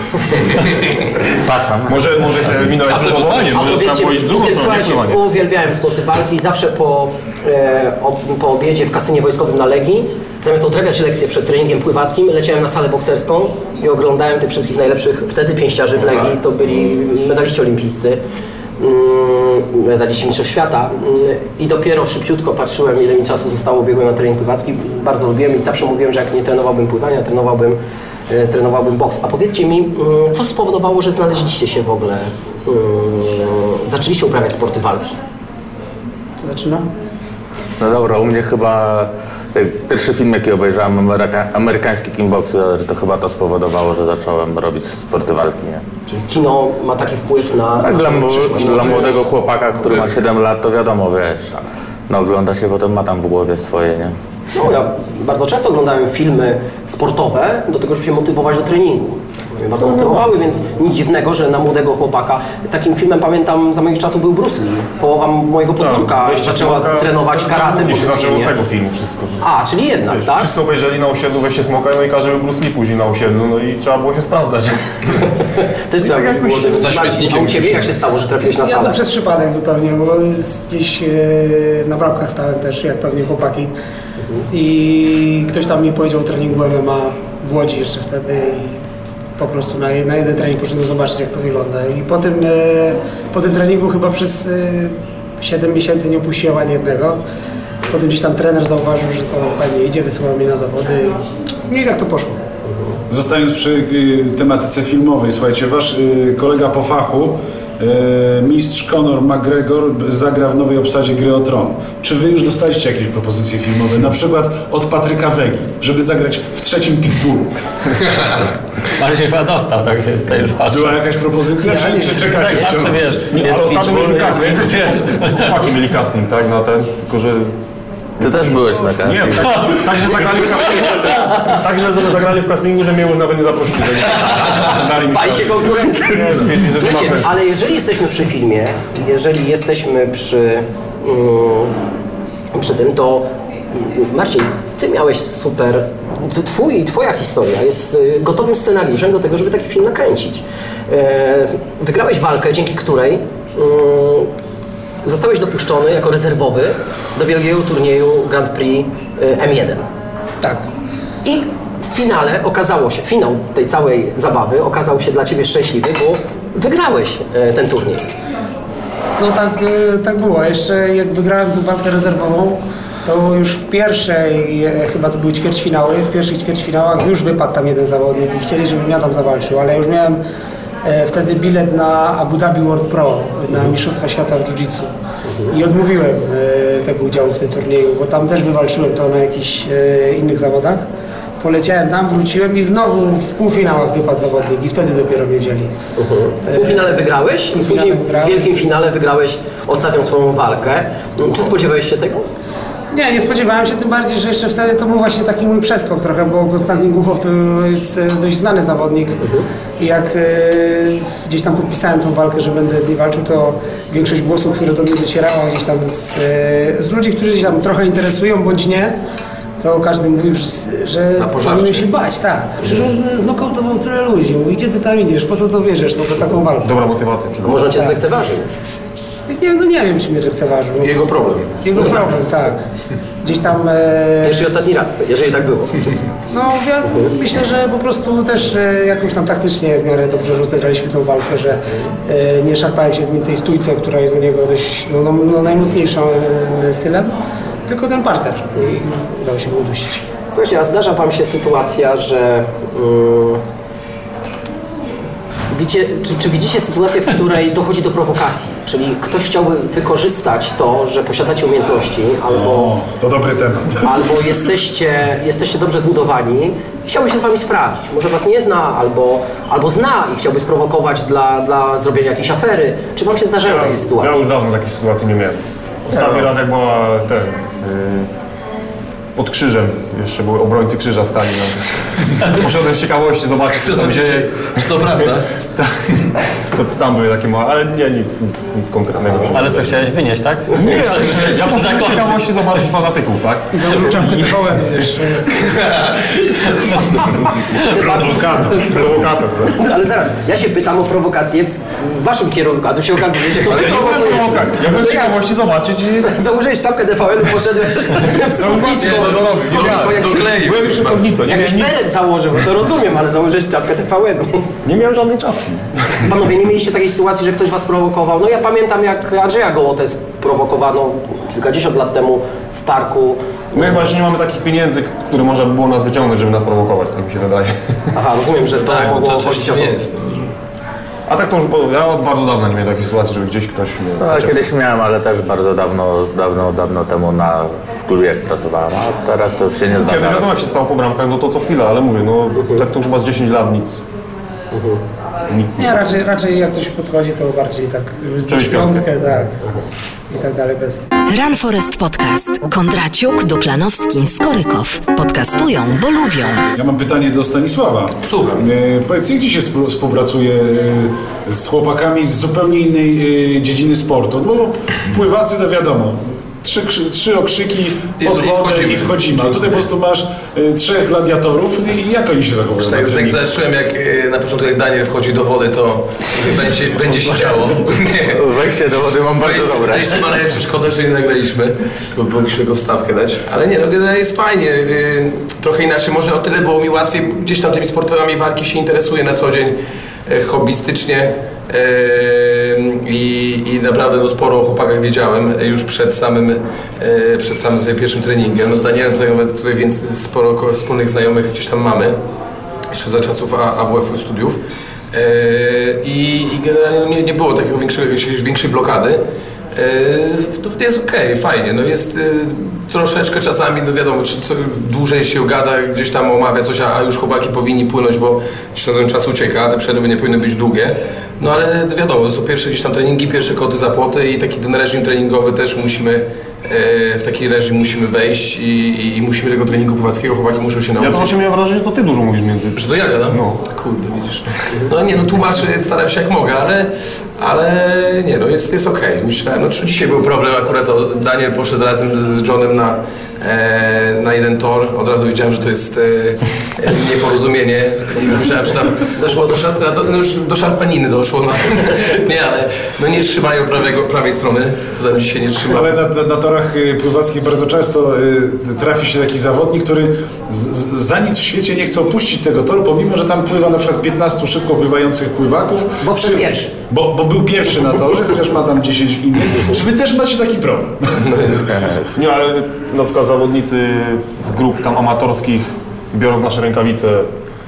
Pasam. może, może terminować spróbowanie, A może trzeba powiedzcie, było iść w drugą powiem, stronę, nie słuchajcie, pływanie. uwielbiałem sporty walki, zawsze po, e, o, po obiedzie w kasynie wojskowym na Legii, zamiast odrabiać lekcje przed treningiem pływackim, leciałem na salę bokserską i oglądałem tych wszystkich najlepszych wtedy pięściarzy w Legii, to byli medaliści olimpijscy. mm, medaliści mistrzostw świata mm, i dopiero szybciutko patrzyłem, ile mi czasu zostało, biegłem na trening pływacki, bardzo lubiłem i zawsze mówiłem, że jak nie trenowałbym pływania, trenowałbym, e, trenowałbym boks. A powiedzcie mi, mm, co spowodowało, że znaleźliście się w ogóle, mm, zaczęliście uprawiać sporty walki? Zaczyna? No dobra, u mnie chyba e, pierwszy film, jaki obejrzałem, ameryka, amerykański kickboxer, to chyba to spowodowało, że zacząłem robić sporty walki, nie? Czyli kino ma taki wpływ na Tak, dla, naszą przyszłość. dla młodego chłopaka, który ma siedem lat, to wiadomo, wiesz, no ogląda się, potem ma tam w głowie swoje, nie? No, ja bardzo często oglądałem filmy sportowe do tego, żeby się motywować do treningu. Mnie bardzo motywowały, więc nic dziwnego, że na młodego chłopaka takim filmem, pamiętam, za moich czasów był Bruce Lee. Połowa mojego podwórka Wejście zaczęła Smoka, trenować karate nie po się tym zaczęło od filmie. tego filmu wszystko. A, czyli jednak, tak? Wszyscy obejrzeli na osiedlu Wejście Smoka, no i każdy był Bruce Lee później na osiedlu, no i trzeba było się sprawdzać. Też trzeba tak być jakoś młodym. za Marcin, śmietnikiem a u Ciebie jak się stało, że trafiłeś na Ja salę? to przez przypadek zupełnie, bo gdzieś e, na bramkach stałem też, jak pewnie chłopaki. I ktoś tam mi powiedział o treningu M M A w Łodzi jeszcze wtedy i po prostu na, je- na jeden trening poszedłem zobaczyć, jak to wygląda. I po tym, e, po tym treningu chyba przez e, siedem miesięcy nie opuściłem ani jednego. Potem gdzieś tam trener zauważył, że to fajnie idzie, wysyłał mnie na zawody i, i tak to poszło. Zostając przy y, tematyce filmowej, słuchajcie, wasz y, kolega po fachu, y, mistrz Conor McGregor b- zagra w nowej obsadzie Gry o Tron. Czy wy już dostaliście jakieś propozycje filmowe, na przykład od Patryka Wegi, żeby zagrać w trzecim Pitbullu? Marcin chyba dostał, tak tutaj już patrzę. Była jakaś propozycja, czy, czy czekacie Tak, wciąż? zawsze wiesz, Nie, jest ale ostatnio pitbull, mieliśmy jest, casting, wiesz. chłopaki mieli casting, tak, na ten, tylko że... Ty też byłeś na Nie, casting. tak, tak, że zagrali w castingu, tak, że zagrali w castingu, że mnie już nawet nie zaprosili. że nie- Dali mi Bali się konkurencji. Nie, stwierdzili, że nie ma Słuchajcie, sensu. ale jeżeli jesteśmy przy filmie, jeżeli jesteśmy przy, mm, przy tym, to mm, Marcin, Ty miałeś super, twój, Twoja historia jest y, gotowym scenariuszem do tego, żeby taki film nakręcić. E, Wygrałeś walkę, dzięki której mm, zostałeś dopuszczony jako rezerwowy do wielkiego turnieju Grand Prix y, M jeden. Tak. I w finale okazało się, finał tej całej zabawy okazał się dla Ciebie szczęśliwy, bo wygrałeś e, ten turniej. No tak, e, tak było. Jeszcze jak wygrałem tę walkę rezerwową, to już w pierwszej, e, chyba to były ćwierćfinały, w pierwszych ćwierćfinałach już wypadł tam jeden zawodnik i chcieli, żebym ja tam zawalczył, ale ja już miałem e, wtedy bilet na Abu Dhabi World Pro, na Mistrzostwa Świata w Jiu-Jitsu. I odmówiłem e, tego udziału w tym turnieju, bo tam też wywalczyłem to na jakichś e, innych zawodach. poleciałem tam, wróciłem i znowu w półfinałach wypadł zawodnik i wtedy dopiero mnie wzięli. W półfinale wygrałeś i później w wielkim finale wygrałeś ostatnią swoją walkę. Czy spodziewałeś się tego? Nie, nie spodziewałem się, tym bardziej, że jeszcze wtedy to był właśnie taki mój przeskok trochę, bo Konstantin Głuchow to jest dość znany zawodnik i jak e, gdzieś tam podpisałem tą walkę, że będę z nim walczył, to większość głosów, które do mnie docierało gdzieś tam z, e, z ludzi, którzy się tam trochę interesują bądź nie, to każdy mówił, że, że powinien się bać, tak. Przecież on znokautował tyle ludzi. Mówi, gdzie ty tam idziesz, po co to bierzesz, no to taką walkę. Dobra motywacja. A może on cię zlekceważył? Nie, no nie wiem, czy mnie zlekceważył. Jego problem. Jego problem, tak. Gdzieś tam... E... Pierwszy i ostatni raz, jeżeli tak było. No ja myślę, że po prostu też e, jakoś tam taktycznie w miarę dobrze rozegraliśmy tą walkę, że e, nie szarpałem się z nim tej stójce, która jest u niego dość no, no, no, najmocniejszym e, stylem, tylko ten parter i udało się go udusić. Słuchajcie, a zdarza wam się sytuacja, że... Um, Widzicie, czy, czy widzicie sytuację, w której dochodzi do prowokacji? Czyli ktoś chciałby wykorzystać to, że posiadacie umiejętności, albo, O, to dobry temat. albo jesteście, jesteście dobrze zbudowani, chciałby się z wami sprawdzić. Może was nie zna, albo, albo zna i chciałby sprowokować dla, dla zrobienia jakiejś afery. Czy wam się zdarzają takie Ja sytuacje? już dawno takiej sytuacji nie miałem. Ostatni raz jak była ten... Yy, pod krzyżem, jeszcze były obrońcy krzyża stali. No. Poszedłem z ciekawości zobaczyć, co tam dzieje. Czy to prawda? To tam były takie małe, ale nie, nic, nic, nic konkretnego. Ale co, chciałeś wynieść, tak? Nie, ale ja poszedłem z ciekawości zobaczyć fanatyków, tak? I założył czapkę T V N jeszcze. Prowokator, prowokator, co? Ale zaraz, ja się pytam o prowokację w, w waszym kierunku, a tu się okazuje, że to wy prowokujecie. Ja byłem z ciekawości zobaczyć i... Założyłeś czapkę T V N, poszedłeś w słupisko. Byłem już inkognito, nie Jakbyś miałem nic. beret założył, to rozumiem, ale założyłeś czapkę T V N-u. Nie miałem żadnej czapki. Panowie, nie mieliście takiej sytuacji, że ktoś was prowokował? No ja pamiętam, jak Andrzeja Gołotę sprowokowano kilkadziesiąt lat temu w parku. My chyba jeszcze nie mamy takich pieniędzy, które można by było nas wyciągnąć, żeby nas prowokować, tak mi się wydaje. Aha, rozumiem, że to Tak, mogło to coś chodzić o tam to. jest. No. A tak to już, bo ja od bardzo dawna nie miałem takiej sytuacji, żeby gdzieś ktoś mnie... No, kiedyś miałem, ale też bardzo dawno, dawno, dawno temu na, w klubie jak pracowałem, a teraz to już się nie Kiedyś zdarza. wiadomo jak się stało po bramkach, no to co chwilę, ale mówię, no tak to już chyba z dziesięć lat nic. Nic nie. Nie, raczej, raczej jak ktoś podchodzi, to bardziej tak zbić Cześć, piątkę, tak. I tak dalej, bez... Run Forest Podcast. Kondraciuk, Duklanowski, Skorykow. Podcastują, bo lubią. Ja mam pytanie do Stanisława. Słucham. E, powiedz, jak Ci się spro- współpracuje e, z chłopakami z zupełnie innej e, dziedziny sportu? No bo pływacy to wiadomo, trzy, krzy- trzy okrzyki pod I- i wodę wchodzimy. i wchodzimy. A tutaj po prostu masz e, trzech gladiatorów i jak oni się zachowują? na Tak, tak treningu? zacząłem, jak e, na początku jak Daniel wchodzi do wody, to będzie, będzie się działo. Nie. Wejście do wody mam bardzo dobre. Jeszcze ma najlepsze, szkoda, że nie nagraliśmy, bo mogliśmy go wstawkę dać. Ale nie, no generalnie jest fajnie. y, Trochę inaczej, może o tyle było mi łatwiej, gdzieś tam tymi sportami walki się interesuję na co dzień, y, hobbystycznie. Yy, I, I naprawdę no, sporo o chłopakach wiedziałem już przed samym, yy, przed samym tym pierwszym treningiem. No, z Danielem tutaj nawet tutaj więcej, sporo ko- wspólnych znajomych gdzieś tam mamy, jeszcze za czasów A- AWF-u studiów. Yy, I, I generalnie no, nie, nie było takiego większego, jakiejś większej blokady. Yy, to jest okej, okay, fajnie. No, jest yy, troszeczkę czasami, no wiadomo, czy co, dłużej się gada, gdzieś tam omawia coś, a, a już chłopaki powinni płynąć, bo gdzieś tam ten czas ucieka, te przerwy nie powinny być długie. No ale wiadomo, to są pierwsze gdzieś tam treningi, pierwsze koty za płoty i taki ten reżim treningowy też musimy, e, w taki reżim musimy wejść i, i, i musimy tego treningu pływackiego, chłopaki muszą się Ja nauczyć. to właśnie miałem wrażenie, że to ty dużo mówisz między... Że to ja gadam? No. Kurde, widzisz. No nie, no tłumaczę, staram się jak mogę, ale, ale nie, no jest, jest okej. Okay. Myślałem, no czy dzisiaj był problem, akurat to Daniel poszedł razem z Johnem na, e, na jeden tor. Od razu widziałem, że to jest e, nieporozumienie i już myślałem, że tam doszło do, szarp, do, no już do szarpaniny doszło. No. Nie, ale no nie trzymają prawego, prawej strony, to tam dzisiaj nie trzyma. Ale na, na, na torach y, pływackich bardzo często y, trafi się taki zawodnik, który z, z, za nic w świecie nie chce opuścić tego toru, pomimo że tam pływa na przykład piętnastu szybko pływających pływaków. Bo wszedł Czy- pierwszy. Bo, bo był pierwszy na torze, chociaż ma tam dziesięć innych. Czy wy też macie taki problem? Nie, ale na przykład zawodnicy z grup tam amatorskich biorą nasze rękawice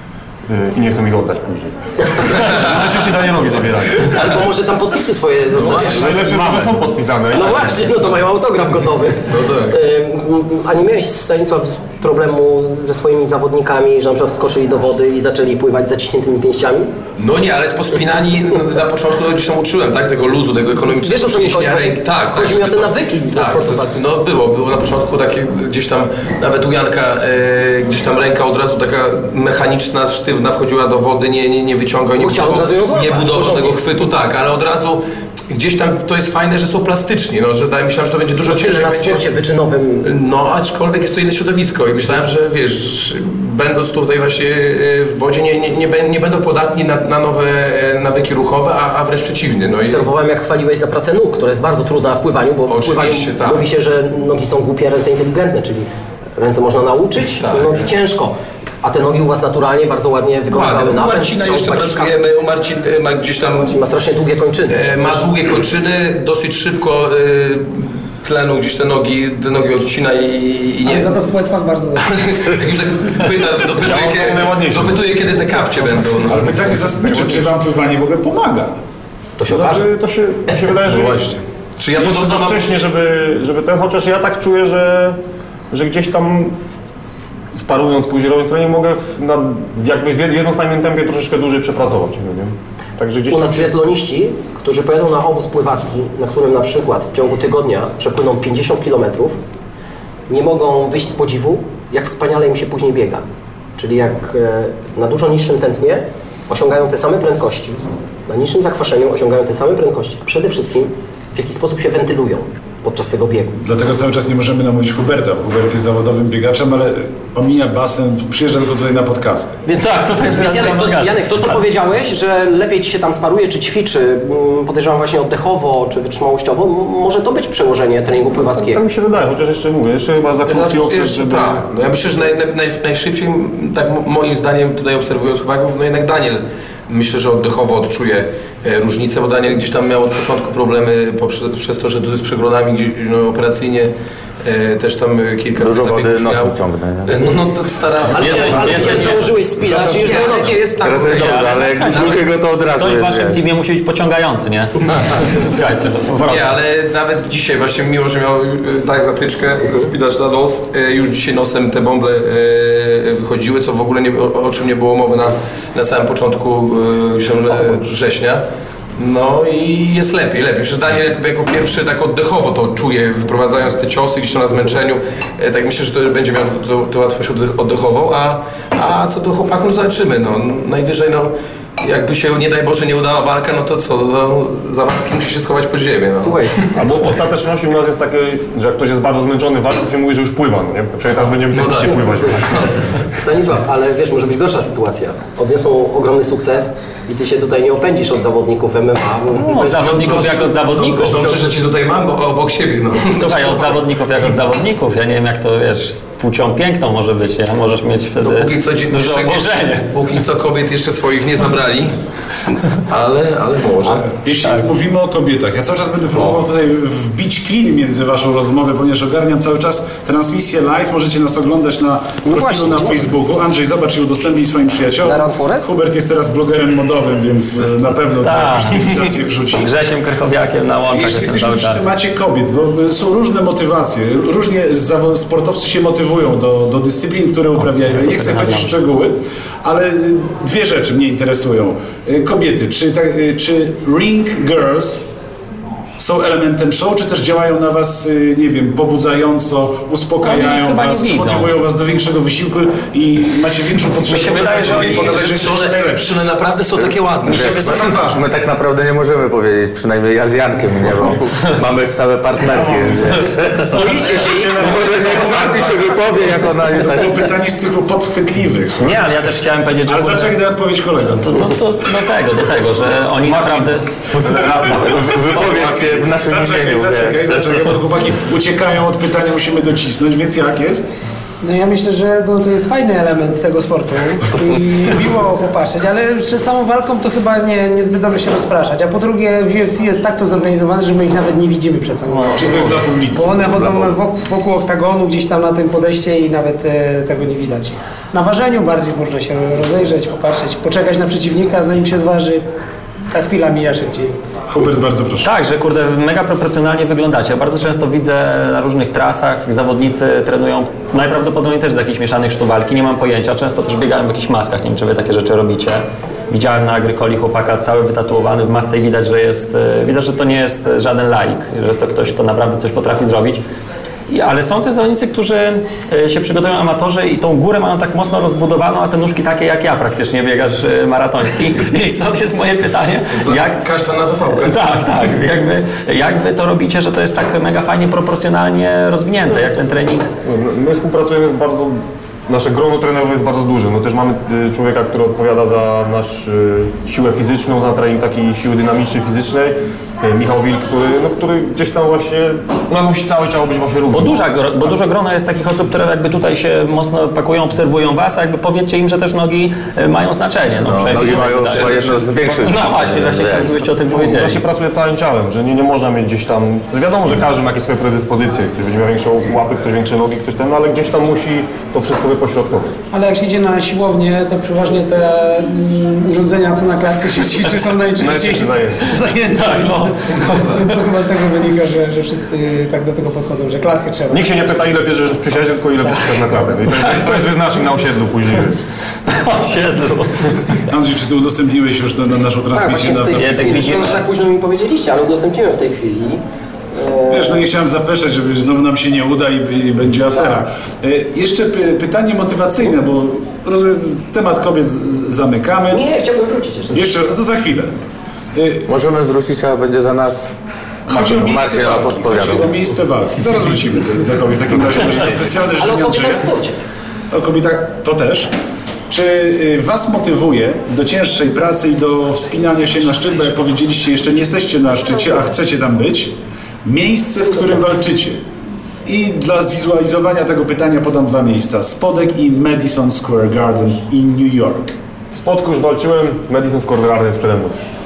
i nie chcą ich oddać później. Znaczy się Danielowi zabierają. Albo może tam podpisy swoje zostawiać. Najlepsze jest, że są podpisane. No właśnie, no to mają autograf gotowy. No tak. Ym, A nie miałeś, Stanisław, problemu ze swoimi zawodnikami, że na przykład wskoczyli do wody i zaczęli pływać z zaciśniętymi pięściami? No nie, ale pospinani na początku no, gdzieś tam uczyłem, tak? Tego luzu, tego ekonomicznego. Wiesz, o co mi chodzi? ręki. Tak, chodzi tak, mi o te to- nawyki ze tak, sportu. to- No było, było na początku takie gdzieś tam, nawet u Janka, e, gdzieś tam ręka od razu taka mechaniczna, sztywna wchodziła do wody, nie, nie, nie wyciągał, nie Bo chciał budował, od razu ją złapać, nie budował porządnie. tego chwytu, tak, ale od razu gdzieś tam to jest fajne, że są plastyczni, no, że daj, myślałem, że to będzie dużo ciężej. Na będzie- sporcie wyczynowym. No, aczkolwiek jest to inne środowisko i myślałem, że wiesz, będąc tutaj właśnie e, w wodzie nie, nie, nie, bę- nie będą podatni na, na nowe e, nawyki ruchowe, a, a wręcz przeciwnie. No i Obserwowałem, jak chwaliłeś za pracę nóg, która jest bardzo trudna w pływaniu, bo w Oczywiście, pływaniu tak. mówi się, że nogi są głupie, ręce inteligentne, czyli ręce można nauczyć, Tak. nogi ciężko. A te nogi u was naturalnie bardzo ładnie wykonywały ładnie. U napęd, Marcina strzał, jeszcze pacika. pracujemy, u Marcin e, ma gdzieś tam Ma strasznie długie kończyny. e, ma długie kończyny, dosyć szybko e, tlenu gdzieś te nogi, te nogi odcina i, i Ale nie... za to w płetwach bardzo dobrze. Tak już tak pyta, dopytuje, Ja mam kiedy, najładniejsze. dopytuje kiedy te kapcie będą. No. Ale pytanie zasadnicze, czy wam pływanie w ogóle pomaga? To się okaże. Znaczy, to się, to się wydaje, że No właśnie. Czy ja jeszcze podobno za mam... wcześnie, żeby, żeby ten, chociaż ja tak czuję, że, że gdzieś tam sparując później robiąc trening mogę w, na, w jakby w jednostajnym tempie troszeczkę dłużej przepracować, nie wiem. Także gdzieś U tam nas się... triatloniści, którzy pojadą na obóz pływacki, na którym na przykład w ciągu tygodnia przepłyną pięćdziesiąt kilometrów, nie mogą wyjść z podziwu, jak wspaniale im się później biega. Czyli jak e, na dużo niższym tętnie osiągają te same prędkości, na niższym zakwaszeniu osiągają te same prędkości, a przede wszystkim w jaki sposób się wentylują podczas tego biegu. Dlatego cały czas nie możemy namówić Huberta, bo Hubert jest zawodowym biegaczem, ale omija basen, przyjeżdża tylko tutaj na podcasty. Więc Tak, tutaj Więc Janek, to, podcast. Janek, to co powiedziałeś, że lepiej ci się tam sparuje czy ćwiczy, mm, podejrzewam właśnie oddechowo czy wytrzymałościowo, m- może to być przełożenie treningu pływackiego. Tak mi się wydaje, chociaż jeszcze mówię, jeszcze chyba za krótki Znaczy, okres, jeszcze, żeby... tak, no ja myślę, że naj, naj, najszybciej, tak m- moim zdaniem tutaj obserwując chłopaków, no jednak Daniel myślę, że oddechowo odczuje e, różnicę, bo Daniel gdzieś tam miał od początku problemy poprzez, przez to, że tu z przeglądami gdzie, no, operacyjnie e, też tam e, kilka Dużo wody zabiegów nosem miał. ciągnę, nie? E, No, no to stara... Ale, Jesteś- ale jesteś- wtedy założyłeś spinacz i już było nie, dobrze. nie jest tak. Teraz jest nie, dobrze, ale jak nawet- drugiego to od razu Ktoś w jest, waszym wiesz. teamie musi być pociągający, nie? Słuchajcie, no, po prostu. Nie, ale nawet dzisiaj właśnie, mimo że miał y, tak zatyczkę, spinacz na nos, y, już dzisiaj nosem te bąble y, wychodziły, co w ogóle nie, o, o czym nie było mowy na, na samym początku y, się, y, września. No i jest lepiej, lepiej. Przecież Daniel jako, jako pierwszy tak oddechowo to czuje, wyprowadzając te ciosy gdzieś tam na zmęczeniu. E, tak myślę, że to będzie miał tę łatwość oddech- oddechową, a, a co do chłopaków, no zobaczymy. No, najwyżej no, jakby się nie daj Boże nie udała walka, no to co, no, Zawadzki musi się schować pod ziemię. No. Słuchaj, Albo w ostateczności u nas jest takie, że jak ktoś jest bardzo zmęczony walką, to się mówi, że już pływa, no nie? Przecież teraz będziemy No technicznie tak. pływać. Stanisław, ale wiesz, może być gorsza sytuacja. Odniosą ogromny sukces i ty się tutaj nie opędzisz od zawodników M M A. Od zawodników jak od zawodników. Dobrze, że cię tutaj mam, bo obok siebie. No. Słuchaj, od zawodników jak od zawodników. Ja nie wiem, jak to, wiesz, z płcią piękną może być, nie? Możesz mieć wtedy No póki co, dzie- duże jeszcze, obłożenie. póki co kobiet jeszcze swoich nie zabrali, ale, ale może. Jeśli mówimy o kobietach, ja cały czas będę próbował tutaj wbić klin między waszą rozmowę, ponieważ ogarniam cały czas transmisję live. Możecie nas oglądać na profilu właśnie, na właśnie. Facebooku. Andrzej, zobacz i udostępnij swoim przyjaciołom. Na Run Forest? Hubert jest teraz blogerem modowym, więc e, na pewno tę Tak. różnicę wrzuci. Grzesiem Krychowiakiem na łączach Jeśli jestem jesteśmy cały przy czas. temacie kobiet, bo y, są różne motywacje, różnie zawo- sportowcy się motywują do, do dyscyplin, które uprawiają. Ja nie chcę chodzić w szczegóły, ale y, dwie rzeczy mnie interesują. Y, Kobiety, czy, ta, y, czy ring girls są elementem show, czy też działają na was, y, nie wiem, pobudzająco, uspokajają Oni chyba was, nie czy widzą. motywują was do większego wysiłku i macie większą potrzebę Mi się wydaje, że oni- pokazać, że Czy jesteście one, najlepsi. czy one naprawdę są takie ładne? Wiesz, jest to ważne. my tak naprawdę nie możemy powiedzieć, przynajmniej ja z Jankiem, nie, bo mamy stałe partnerki, więc wiesz. Boicie się ich? Może niech Marti się wypowie, jak ona jest tak... To było pytanie z cyklu podchwytliwych. słuchaj. Nie, ale ja też chciałem powiedzieć, że... Ale zaczekaj na odpowiedź kolegom. To, to, to do tego, do tego, że oni naprawdę... Wypowiedz się w naszym Zaczekaj, imieniu, zaczekaj, wiesz. zaczekaj, bo chłopaki uciekają od pytania, musimy docisnąć, więc jak jest? No ja myślę, że no, to jest fajny element tego sportu i miło popatrzeć, ale przed samą walką to chyba nie, niezbyt dobrze się rozpraszać. A po drugie w U F C jest tak to zorganizowane, że my ich nawet nie widzimy przed samą walką. Czy to jest dla publiki? Bo one chodzą wokół, wokół oktagonu, gdzieś tam na tym podejście i nawet e, tego nie widać. Na ważeniu bardziej można się rozejrzeć, popatrzeć, poczekać na przeciwnika, zanim się zważy. Ta chwila mija szybciej. Hubert, bardzo proszę. Tak, że kurde, mega proporcjonalnie wyglądacie. Bardzo często widzę na różnych trasach, jak zawodnicy trenują najprawdopodobniej też z jakichś mieszanych sztuk walki, nie mam pojęcia. Często też biegają w jakichś maskach, nie wiem czy wy takie rzeczy robicie. Widziałem na Agrykoli chłopaka cały wytatuowany w masce i widać, że jest, widać, że to nie jest żaden laik, że jest to ktoś, kto naprawdę coś potrafi zrobić. I, ale są też zawodnicy, którzy y, się przygotują amatorzy i tą górę mają tak mocno rozbudowaną, a te nóżki takie jak ja praktycznie, biegacz y, maratoński. I stąd jest moje pytanie, jak... Kasztan na zapałkę. Tak, tak. Jakby, jak wy to robicie, że to jest tak mega fajnie proporcjonalnie rozwinięte, jak ten trening? My współpracujemy z bardzo... Nasze grono trenerowe jest bardzo duże. No też mamy y, człowieka, który odpowiada za nasz y, siłę fizyczną, za trening takiej siły dynamicznej, fizycznej. Y, Michał Wilk, który, no, który gdzieś tam właśnie, u nas musi całe ciało być właśnie równe. Bo, duża, bo dużo grono jest takich osób, które jakby tutaj się mocno pakują, obserwują was, a jakby powiedzcie im, że też nogi y, mają znaczenie. No, No, nogi mają chyba jedno z większych. No właśnie, właśnie chciałem, żebyście o tym powiedzieli. Ja się pracuje całym ciałem, że nie, nie można mieć gdzieś tam... Wiadomo, że każdy ma jakieś swoje predyspozycje. Ktoś będzie miał większą łapy, ktoś większe nogi, ktoś ten, no, ale gdzieś tam musi to wszystko wypośrodkować. Ale jak się idzie na siłownię, to przeważnie te mm, urządzenia, co na klatkę się ćwiczy, są najczęściej Najczęściej zajęte. zajęte. Tak, no. Więc to chyba z tego wynika, że, że wszyscy tak do tego podchodzą, że klatkę trzeba. Nikt się nie pyta, ile bierzesz w przysiadzie, tylko ile bierzesz na klatę. I to, jest- to jest wyznacznik na osiedlu później. Osiedlu. Andrzej, czy ty udostępniłeś już to na naszą Tak, transmisję? właśnie w tej na, na... chwili, myślę, że tak późno mi powiedzieliście, ale udostępniłem w tej chwili. Wiesz, no nie chciałem zapeszać, żeby znowu nam się nie uda i, i będzie afera. E, jeszcze py, pytanie motywacyjne, bo rozumiem, temat kobiet z, zamykamy. Nie, chciałbym wrócić jeszcze. Jeszcze, no to za chwilę. E, Możemy wrócić, a będzie za nas Chodzi o miejsce Marcin walki. podpowiadał. Chodzi o miejsce walki. Zaraz wrócimy do, do kobiet. W takim razie może to specjalne Ale o życzenie kobietach w Andrzeja. sporcie. O kobietach to też. Czy y, was motywuje do cięższej pracy i do wspinania się na szczyt, bo jak powiedzieliście, jeszcze nie jesteście na szczycie, a chcecie tam być, miejsce, w którym walczycie? I dla zwizualizowania tego pytania podam dwa miejsca. Spodek i Madison Square Garden in New York. W Spodku już walczyłem, Madison Square Garden jest przede mną.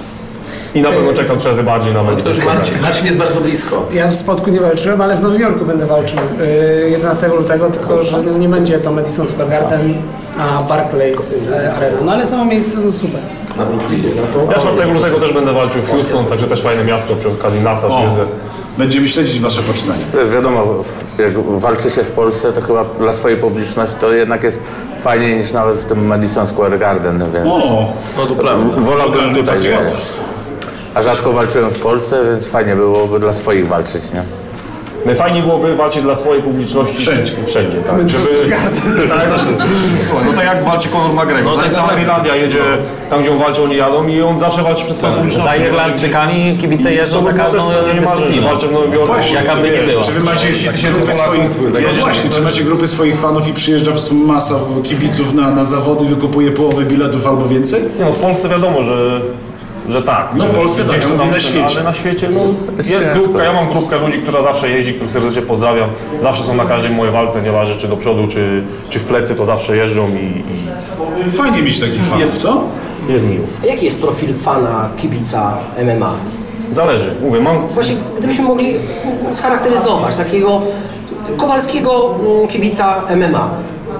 I na pewno czekam trzy razy bardziej na Madison To już Square Marcin, Garden. Marcin jest bardzo blisko. Ja w Spodku nie walczyłem, ale w Nowym Jorku będę walczył yy, jedenastego lutego, tylko że no, nie będzie to Madison Square Garden, a Barclays e, Arena. No ale samo miejsce no super. Na Brooklynie, no. Ja czwartego lutego też będę walczył w Houston, także też fajne miasto przy okazji NASA zwiedzę. Będziemy śledzić wasze poczynania. Wiesz, wiadomo, w- jak walczy się w Polsce, to chyba dla swojej publiczności to jednak jest fajniej niż nawet w tym Madison Square Garden, więc O, No to prawda. wolałbym Totalny tutaj, patriota. wiesz. A rzadko walczyłem w Polsce, więc fajnie byłoby dla swoich walczyć, nie? Najfajniej byłoby walczyć dla swojej publiczności. Wszędzie. Wszędzie, tak. Żeby, tak, słuchaj, no to jak walczy Conor McGregor. No No, tak cała naprawdę. Irlandia jedzie tam, gdzie on walczy, oni jadą i on zawsze walczy przed swoją publicznością. Za Irlandczykami kibice jeżdżą za każdą nie marzę, że dyscypliną. walczę w Nowym Jorku. Jaka by nie była. Czy wy macie grupy swoich, no właśnie, czy macie grupy swoich fanów i przyjeżdża po prostu masa kibiców na, na zawody, wykupuje połowę biletów albo więcej? Nie, no, w Polsce wiadomo, że, że tak. No w że Polsce gdzieś tak, to ja mówię tam na ten, świecie. Ale na świecie no, jest, ciężko. grupka, ja mam grupkę ludzi, która zawsze jeździ, których serdecznie pozdrawiam. Zawsze są na każdej mojej walce, nieważne czy do przodu, czy, czy w plecy, to zawsze jeżdżą i, Fajnie mieć takich fanów, Jest. co? i jest miło. A jaki jest profil fana, kibica M M A? Zależy, mówię, mam Właśnie gdybyśmy mogli scharakteryzować takiego Kowalskiego mm, kibica M M A.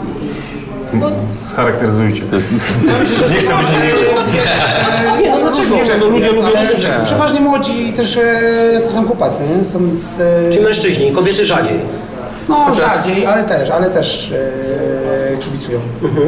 No, Charakteryzujcie. Nie chcę być niemiły. nie, no dlaczego? No ludzie lubią Ale rzeczy. prze- przeważnie młodzi też e, to są chłopacy, nie? Są z... E, Czy mężczyźni, kobiety rzadziej. no rzadziej, ale też, ale też e, kibicują.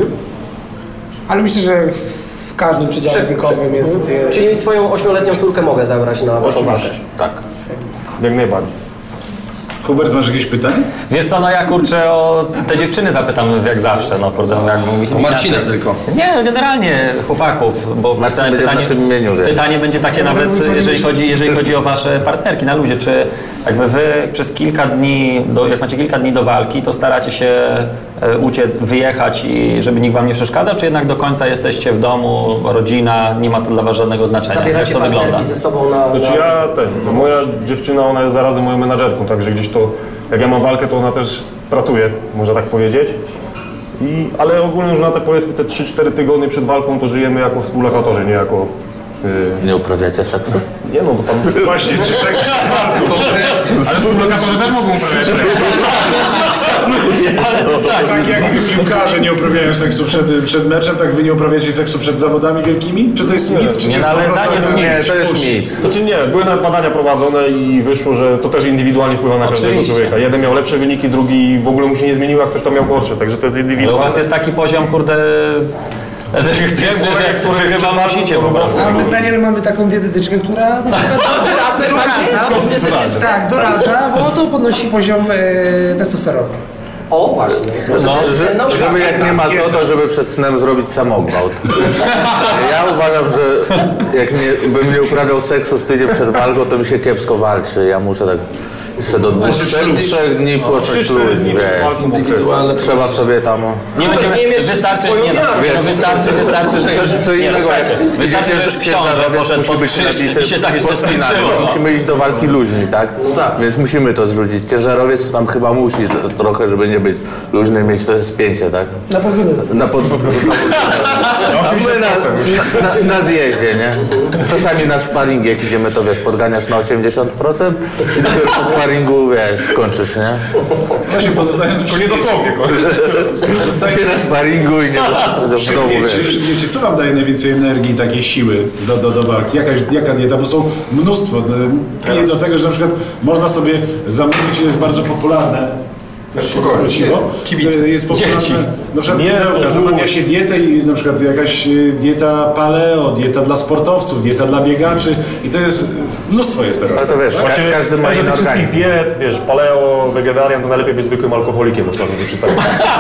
Ale myślę, że w każdym przedziale Prze- wiekowym jest... E, Czyli swoją ośmioletnią córkę mogę zabrać na waszą walkę. Oczywiście. Tak. Jak najbardziej. Hubert, masz jakieś pytanie? Wiesz co, no ja kurczę o te dziewczyny zapytam jak zawsze, no kurde, no jak mówić. To Marcina tylko. Nie, generalnie chłopaków, bo Marcin pytanie, będzie w naszym imieniu, wie. pytanie będzie takie nawet, jeżeli chodzi, jeżeli chodzi o wasze partnerki na luzie, czy jakby wy przez kilka dni, do, jak macie kilka dni do walki, to staracie się e, uciec, wyjechać i żeby nikt wam nie przeszkadzał, czy jednak do końca jesteście w domu, rodzina, nie ma to dla was żadnego znaczenia? Jak Zabieracie to wygląda? partnerki ze sobą na... Znaczy na... ja, ten, moja dziewczyna, ona jest zarazem moją menadżerką, także gdzieś to to jak ja mam walkę, to ona też pracuje, można tak powiedzieć. I, ale ogólnie już na te powiedzmy te trzy cztery tygodnie przed walką to żyjemy jako współlokatorzy, nie jako... Yy... Nie uprawiacie seksu? Nie no, bo tam... Właśnie, czy seks przed walką? Ale współlokatorzy też mogą uprawiać. Tak jak piłkarze nie uprawiają seksu przed, przed meczem, tak wy nie uprawiacie seksu przed zawodami wielkimi? Czy to jest mit, czy to Nie, jest no, po ale prostu... zdanie Nie, to jest mit. Znaczy nie, były nawet badania prowadzone i wyszło, że to też indywidualnie wpływa na każdego Oczywiście. człowieka. Jeden miał lepsze wyniki, drugi w ogóle mu się nie zmieniło, a ktoś tam miał gorsze, także to jest Ale u indywidualne. was jest taki poziom, kurde... Który chyba musicie po prostu. A my z Danielem mamy taką dietetyczkę, która na przykład Razem macie? doradza, tak, doradza, bo to podnosi poziom e, testosteronu. O, właśnie. No, że, żeby jak nie ma co, to żeby przed snem zrobić samogwałt. Ja uważam, że jak nie, bym nie uprawiał seksu z tydzień przed walką, to mi się kiepsko walczy. Ja muszę tak jeszcze do dwóch, trzech, trzech dni poczuć ludzi, wiesz. Trzeba sobie tam... Nie będziemy, nie mierzysz wystarczy, swoją nie no, miarą. no, wystarczy, wystarczy, że... Co, co nie, no, innego, słuchajcie, jak wystarczy, że już książę poszedł musi pod być krzyż nabity, i się tak źle podpinany, skończyło. bo musimy iść do walki luźni, tak? tak. Więc musimy to zrzucić. Ciężarowiec tam chyba musi t- trochę, żeby nie być luźny, mieć to spięcie, tak? Na podwójny. Na pod... A my na, na, na zjeździe, nie? Czasami na sparing, jak idziemy, to wiesz, podganiasz na osiemdziesiąt procent i dopiero po sparingu, wiesz, kończysz, nie? Właśnie pozostając przy To nie dosłownie, Zostajesz na sparingu i nie do Przy domu, diecie, wiesz. przy diecie, co wam daje najwięcej energii, takiej siły do, do, do walki? Jakaś, jaka dieta? Bo są mnóstwo. Nie do tego, że na przykład można sobie zamówić, jest bardzo popularne. Coś się Spokojnie, wróciło. nie, kibice. Jest popularne. Dzieci. Na przykład Nie, pudełka, to zamawia było. się dietę i na przykład jakaś e, dieta paleo, dieta dla sportowców, dieta dla biegaczy i to jest, mnóstwo jest teraz. Ale to wiesz, Właśnie, ka- każdy ma że inny tych wszystkich organizm. diet, wiesz, paleo, wegetarian, to najlepiej być zwykłym alkoholikiem, dosłownie wyczytać.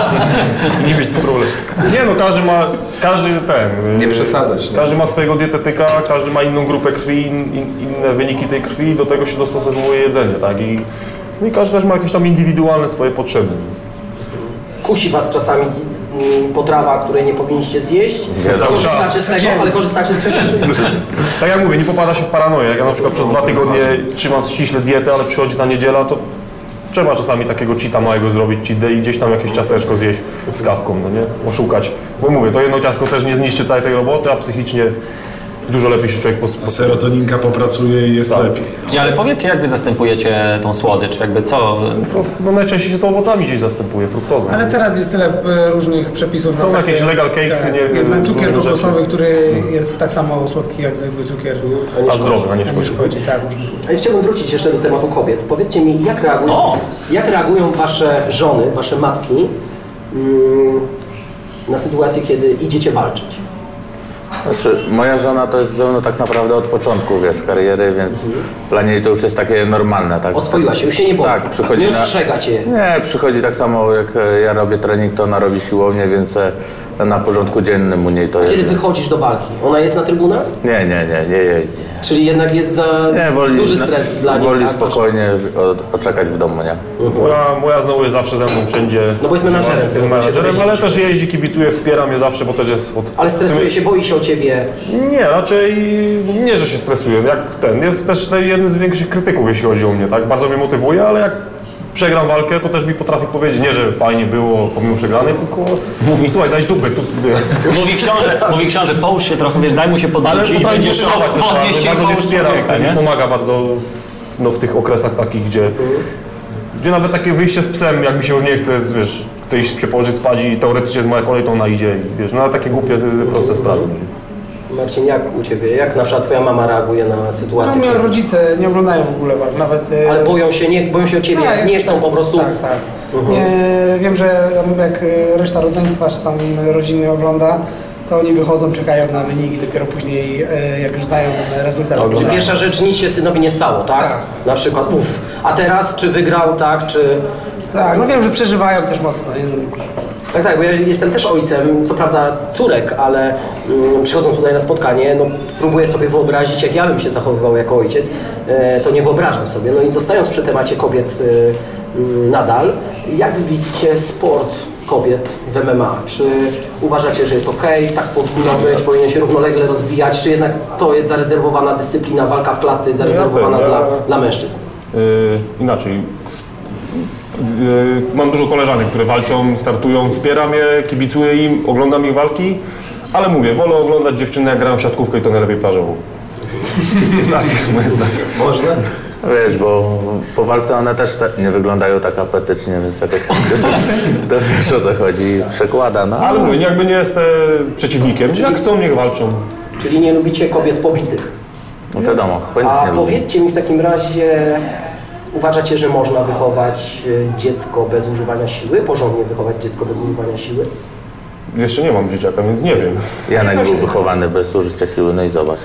Nie mieć z tym problemu. Nie no, każdy ma, każdy ten... Nie yy, przesadzać, nie? Każdy ma swojego dietetyka, każdy ma inną grupę krwi, in, in, inne wyniki tej krwi, do tego się dostosowuje jedzenie, tak? I, no i każdy też ma jakieś tam indywidualne swoje potrzeby. Kusi was czasami mm, potrawa, której nie powinniście zjeść? Wiadomo. Korzystacie z tego, ale korzystacie z tego. Tak jak mówię, nie popada się w paranoję. Jak ja na przykład przez dwa tygodnie trzymam ściśle dietę, ale przychodzi ta niedziela, to trzeba czasami takiego cheata małego zrobić, cheat day i gdzieś tam jakieś ciasteczko zjeść z kawką, no nie? Oszukać. Bo mówię, to jedno ciastko też nie zniszczy całej tej roboty, a psychicznie dużo lepiej się człowiek A pos- serotoninka popracuje i jest Tak. lepiej. Ale powiedzcie, jak wy zastępujecie tą słodycz, jakby co? No najczęściej się to owocami gdzieś zastępuje, fruktozą. Ale teraz jest tyle e, różnych przepisów. Są na jakieś legal cakesy, tak, nie- jest na cukier różne kokosowy, rzeczy. który jest tak samo słodki jak zwykły cukier. A zdrowy, a nie A nie szkodzi. szkodzi, tak. Można. A ja chciałbym wrócić jeszcze do tematu kobiet. Powiedzcie mi, jak reagują, O! jak reagują wasze żony, wasze matki mm, na sytuację, kiedy idziecie walczyć? Znaczy, moja żona to jest ze mną tak naprawdę od początku, wiesz, kariery, więc dla niej to już jest takie normalne, tak? Oswoiła się, już się nie boi. Tak, przychodzi nie na- ostrzega cię. Nie, przychodzi tak samo jak e, ja robię trening, to ona robi siłownię, więc e, na porządku dziennym u niej to jest. Kiedy więc- wychodzisz do walki? Ona jest na trybunach? Nie, nie, nie, nie jeździ. Czyli jednak jest za Nie, woli, duży stres dla niej. woli tak? spokojnie o, poczekać w domu, nie? Moja, moja znowu jest zawsze ze mną wszędzie. No bo jest menadżerem, Jest z tego, co się menadżerem, ale dowiedzieliśmy. też jeździ, kibicuje, wspiera mnie zawsze, bo też jest od... Ale stresuje się, boi się o ciebie. Nie, raczej nie, że się stresuje. Jak ten, jest też jednym z większych krytyków, jeśli chodzi o mnie, tak? Bardzo mnie motywuje, ale jak przegram walkę, to też mi potrafi powiedzieć, nie, że fajnie było pomimo przegranej, tylko mówi, słuchaj, daj dupę, tu... Mówi książę, mówi książę, połóż się trochę, wiesz, daj mu się Ale podnosić i potrafi będziesz motywować też, podnieść się i bardzo mnie połóż wspiera, człowieka, nie? pomaga bardzo no, w tych okresach takich, gdzie, gdzie nawet takie wyjście z psem, jak mi się już nie chce, wiesz, chce iść się położyć spać i teoretycznie jest moja kolej, to ona idzie, i, wiesz, no ale takie głupie, proste sprawy. Marcin, jak u ciebie? Jak na przykład twoja mama reaguje na No, sytuację? mnie kiedy- rodzice nie oglądają w ogóle walk, nawet... e, Ale boją się, nie, boją się o ciebie, tak, nie chcą tak, po prostu... Tak, tak. Nie, wiem, że jak e, reszta rodzeństwa, czy tam rodziny ogląda, to oni wychodzą, czekają na wynik i dopiero później, e, jak już znają rezultat, Czyli oglądają. pierwsza rzecz, nic się synowi nie stało, tak? Tak. Na przykład, uff. A teraz, czy wygrał, tak, czy... Tak, no wiem, że przeżywają też mocno. Nie? Tak, tak, bo ja jestem też ojcem, co prawda córek, ale mm, przychodzą tutaj na spotkanie, no próbuję sobie wyobrazić, jak ja bym się zachowywał jako ojciec, e, to nie wyobrażam sobie. No i zostając przy temacie kobiet e, mm, nadal, jak wy widzicie sport kobiet w M M A? Czy uważacie, że jest ok, tak powinno być, powinien się równolegle rozwijać, czy jednak to jest zarezerwowana dyscyplina, walka w klatce jest zarezerwowana Ja- dla, dla mężczyzn? Yy, inaczej, Mam dużo koleżanek, które walczą, startują, wspieram je, kibicuję im, oglądam ich walki, ale mówię, wolę oglądać dziewczyny, jak grają w siatkówkę i to najlepiej plażową. Tak jest moje zdanie. Można? Wiesz, bo po walce one też te, nie wyglądają tak apetycznie, więc jakoś tam to wiesz o co chodzi, przekłada, no. Ale mówię, jakby nie jestem przeciwnikiem, czyli jak chcą, niech walczą. Czyli nie lubicie kobiet pobitych. No wiadomo, A powiedzcie mi w takim razie, uważacie, że można wychować dziecko bez używania siły? Porządnie wychować dziecko bez używania siły? Jeszcze nie mam dzieciaka, więc nie wiem. Janek był wychowany bez użycia siły, no i zobacz.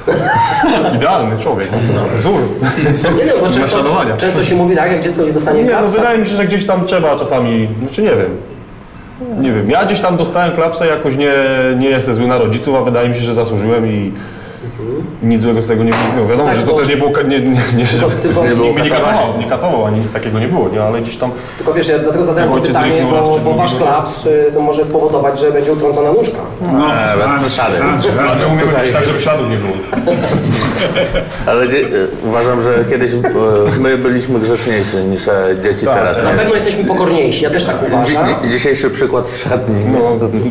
Idealny człowiek, wzór. Nie no, bo często, często się mówi tak, jak dziecko nie dostanie Nie, klapsa. no wydaje mi się, że gdzieś tam trzeba czasami, znaczy nie wiem. Nie wiem, ja gdzieś tam dostałem klapsa, jakoś nie, nie jestem zły na rodziców, a wydaje mi się, że zasłużyłem i nic złego z tego nie było. Wiadomo, Tak, że to bo- też nie było, nie, nie, nie, że Tylko- tylko- nie, Nie było nikt mnie nie katowania. katował, nie katował, ani nic takiego nie było, nie, ale gdzieś tam... Tylko wiesz, ja dlatego zadałem to Ojciec pytanie, ryknął raz bo, czy bo wasz drugi, no. klaps y, to może spowodować, że będzie utrącona nóżka. No, E, bez Andrzej, przesady. Andrzej, Ale Andrzej. umiemy Słuchaj. robić tak, żeby śladów nie było. Ale dzie- uważam, że kiedyś e, my byliśmy grzeczniejsi niż e, dzieci Tak, teraz. Na nie? pewno jesteśmy pokorniejsi, ja też tak Dzi- uważam. dzi- dzisiejszy przykład z szatni. No,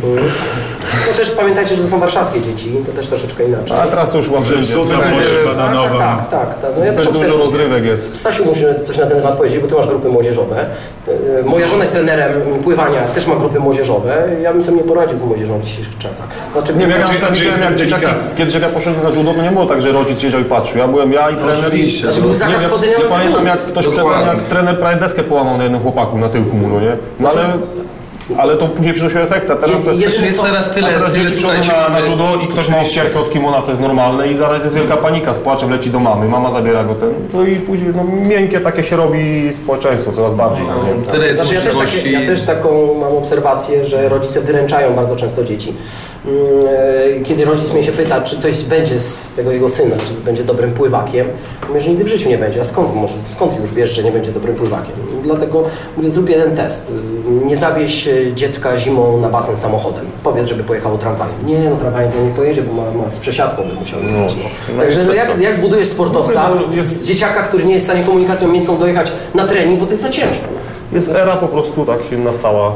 To też pamiętajcie, że to są warszawskie dzieci, to też troszeczkę inaczej. a teraz to już łatwiej jest. Zepsuta Teraz młodzież jest- bananowa. Tak, tak, tak. No ja też Też dużo obserwuję. rozrywek jest. Stasiu, muszę coś na ten temat powiedzieć, bo ty masz grupy młodzieżowe. Yy, Moja żona jest trenerem pływania, też ma grupy młodzieżowe. Ja bym sobie nie poradził z młodzieżą w dzisiejszych czasach. Znaczy, Nie wiem, jak ja Andrzej- tam Andrzej widziałem, jak jest dzieciaki, delikatny. kiedyś jak ja poszedłem na judo, to nie było tak, że rodzic siedział i patrzył. Ja byłem ja i trener. oczywiście. Znaczy, był zakaz Nie, ja, wchodzenia ja na pamiętam, trybuny. jak ktoś Dokładnie. przed, jak trener prawie deskę połamał na jednym chłopaku na tyłku mu, no nie? No ale, ale to później przynosiło efekt, a teraz to... Je- Znaczy jest teraz A tyle, teraz tyle dzieci słuchajcie, przychodzą na, na mamy- judo i ktoś ma oczywiście. obcierkę od kimona, to jest normalne i zaraz jest wielka panika, z płaczem leci do mamy, mama zabiera go ten, no i później no, miękkie takie się robi społeczeństwo coraz bardziej. No, nie? Tyle jest Znaczy, ja, też możliwości. takie, ja też taką mam obserwację, że rodzice wyręczają bardzo często dzieci. Mm, Kiedy rodzic mnie się pyta, czy coś będzie z tego jego syna, czy będzie dobrym pływakiem, mówię, że nigdy w życiu nie będzie. A skąd, może, skąd już wiesz, że nie będzie dobrym pływakiem? Dlatego mówię, zrób jeden test. Nie zawieź dziecka zimą na basen samochodem. Powiedz, żeby pojechało tramwajem. Nie, no tramwajem to nie pojedzie, bo ma, ma z przesiadką by musiał jechać. No. no Także i no, wszystko. jak, jak zbudujesz sportowca z dzieciaka, który nie jest w stanie komunikacją miejską dojechać na trening, bo to jest za ciężko. Jest era po prostu tak się nastała,